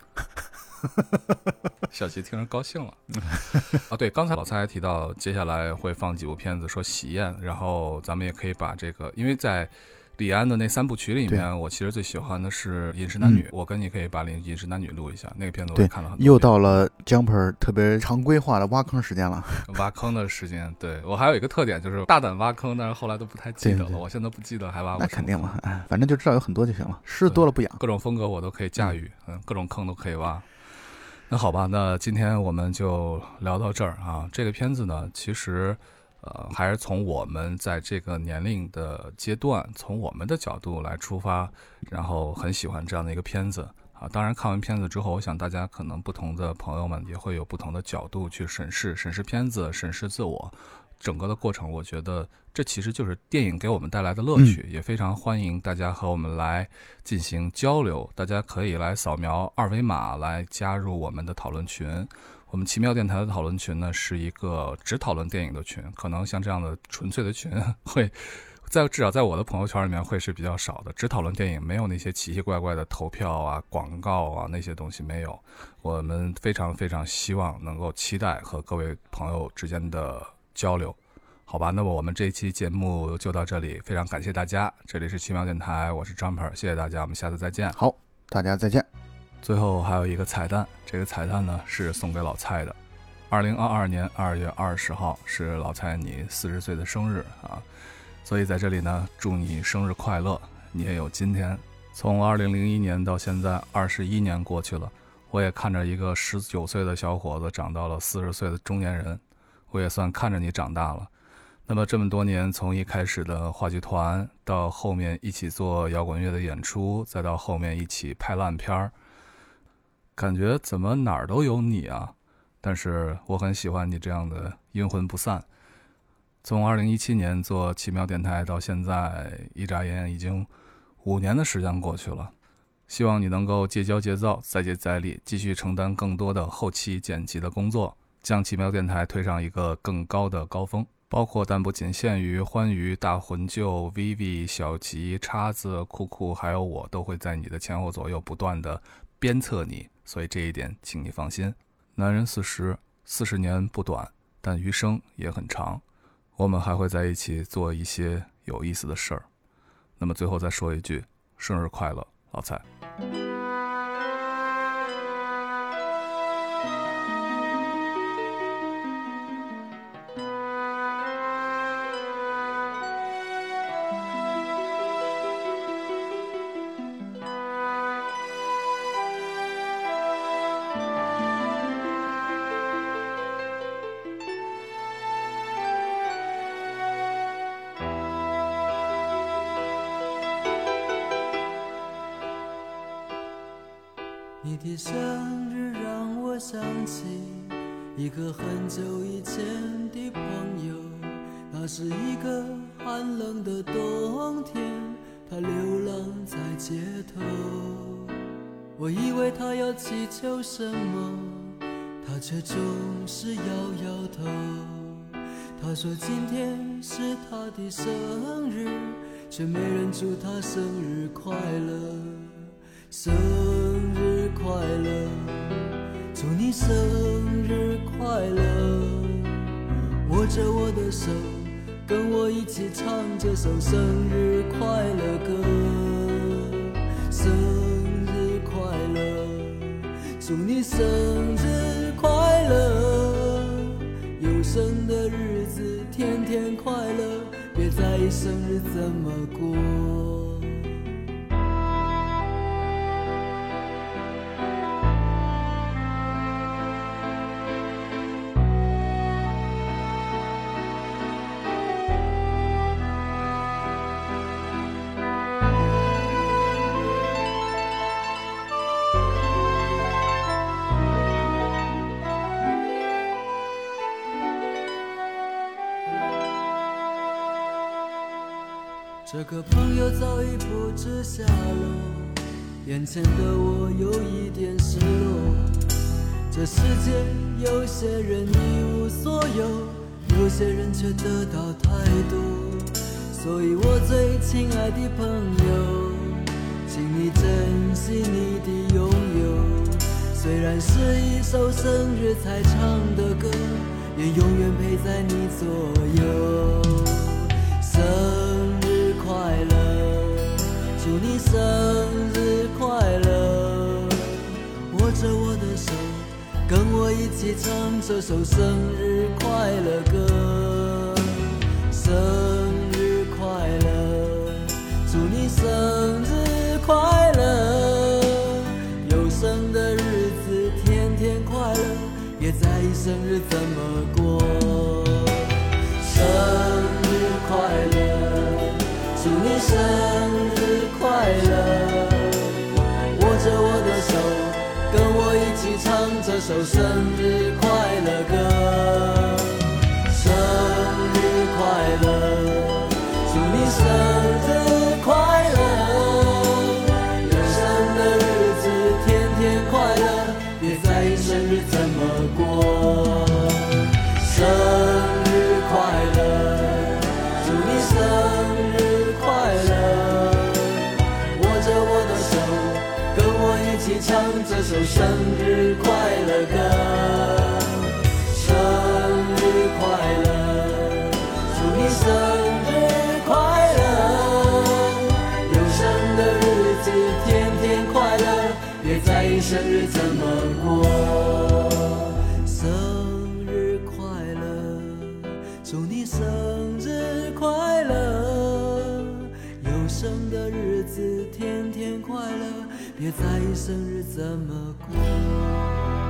A: 小吉听着高兴了啊！对，刚才老蔡还提到接下来会放几部片子说喜宴，然后咱们也可以把这个，因为在李安的那3部曲里面，我其实最喜欢的是《饮食男女》，我跟你可以把《饮食男女》录一下，那个片子我也看了很多遍。
B: 又到了 Jumper 特别常规化的挖坑时间了，
A: 挖坑的时间。对，我还有一个特点就是大胆挖坑，但是后来都不太记得了。我现在不记得还挖过。
B: 那肯定了，反正就知道有很多就行了，虱子多了不痒。
A: 各种风格我都可以驾驭，各种坑都可以挖。那好吧，那今天我们就聊到这儿啊。这个片子呢，其实还是从我们在这个年龄的阶段，从我们的角度来出发，然后很喜欢这样的一个片子啊。当然看完片子之后，我想大家可能不同的朋友们也会有不同的角度去审视片子，审视自我。整个的过程，我觉得这其实就是电影给我们带来的乐趣，也非常欢迎大家和我们来进行交流。大家可以来扫描2维码来加入我们的讨论群。我们奇妙电台的讨论群呢，是一个只讨论电影的群，可能像这样的纯粹的群会至少在我的朋友圈里面会是比较少的，只讨论电影，没有那些奇奇怪怪的投票啊、广告啊那些东西没有。我们非常非常希望能够期待和各位朋友之间的交流。好吧，那么我们这一期节目就到这里，非常感谢大家。这里是奇妙电台，我是 Jumper， 谢谢大家，我们下次再见。
B: 好，大家再见。
A: 最后还有一个彩蛋，这个彩蛋呢是送给老蔡的。2022年2月20号是老蔡你40岁的生日啊，所以在这里呢，祝你生日快乐，你也有今天。从2001年到现在21年过去了，我也看着一个19岁的小伙子长到了40岁的中年人，我也算看着你长大了。那么这么多年，从一开始的话剧团，到后面一起做摇滚乐的演出，再到后面一起拍烂片儿，感觉怎么哪儿都有你啊！但是我很喜欢你这样的阴魂不散。从2017年做奇妙电台到现在，一眨眼已经5年的时间过去了。希望你能够戒骄戒躁，再接再厉，继续承担更多的后期剪辑的工作，将奇妙电台推上一个更高的高峰。包括但不仅限于欢愉、大魂舅、Vivi、小吉、叉子、酷酷还有我，都会在你的前后左右不断的鞭策你，所以这一点请你放心。男人40年不短，但余生也很长，我们还会在一起做一些有意思的事儿。那么最后再说一句，生日快乐，老蔡。
C: 你的生日让我想起一个很久以前的朋友，那是一个寒冷的冬天，他流浪在街头。我以为他要祈求什么，他却总是摇摇头。他说今天是他的生日，却没人祝他生日快乐。生日快乐，祝你生日快乐，握着我的手，跟我一起唱这首生日快乐歌。生日快乐，祝你生日快乐，有生的日子天天快乐，别在意生日怎么过。这个朋友早已不知下落，眼前的我有一点失落。这世界有些人一无所有，有些人却得到太多。所以我最亲爱的朋友，请你珍惜你的拥有。虽然是一首生日才唱的歌，也永远陪在你左右。生日快乐，祝你生日快乐，握着我的手，跟我一起唱这首生日快乐歌。生日快乐，祝你生日快乐，有生的日子天天快乐，别在意生日怎么过。生日快乐，祝你生日快乐，握着我的手，跟我一起唱这首生日快乐歌。生日快乐，祝你生日快乐，有生的日子天天快乐，别在意生日怎么过。生日快乐，祝你生日快乐，握着我的手，跟我一起唱这首生日快乐歌。生日快乐， 生日怎么过？生日快乐，祝你生日快乐，有生的日子天天快乐，别在意生日怎么过。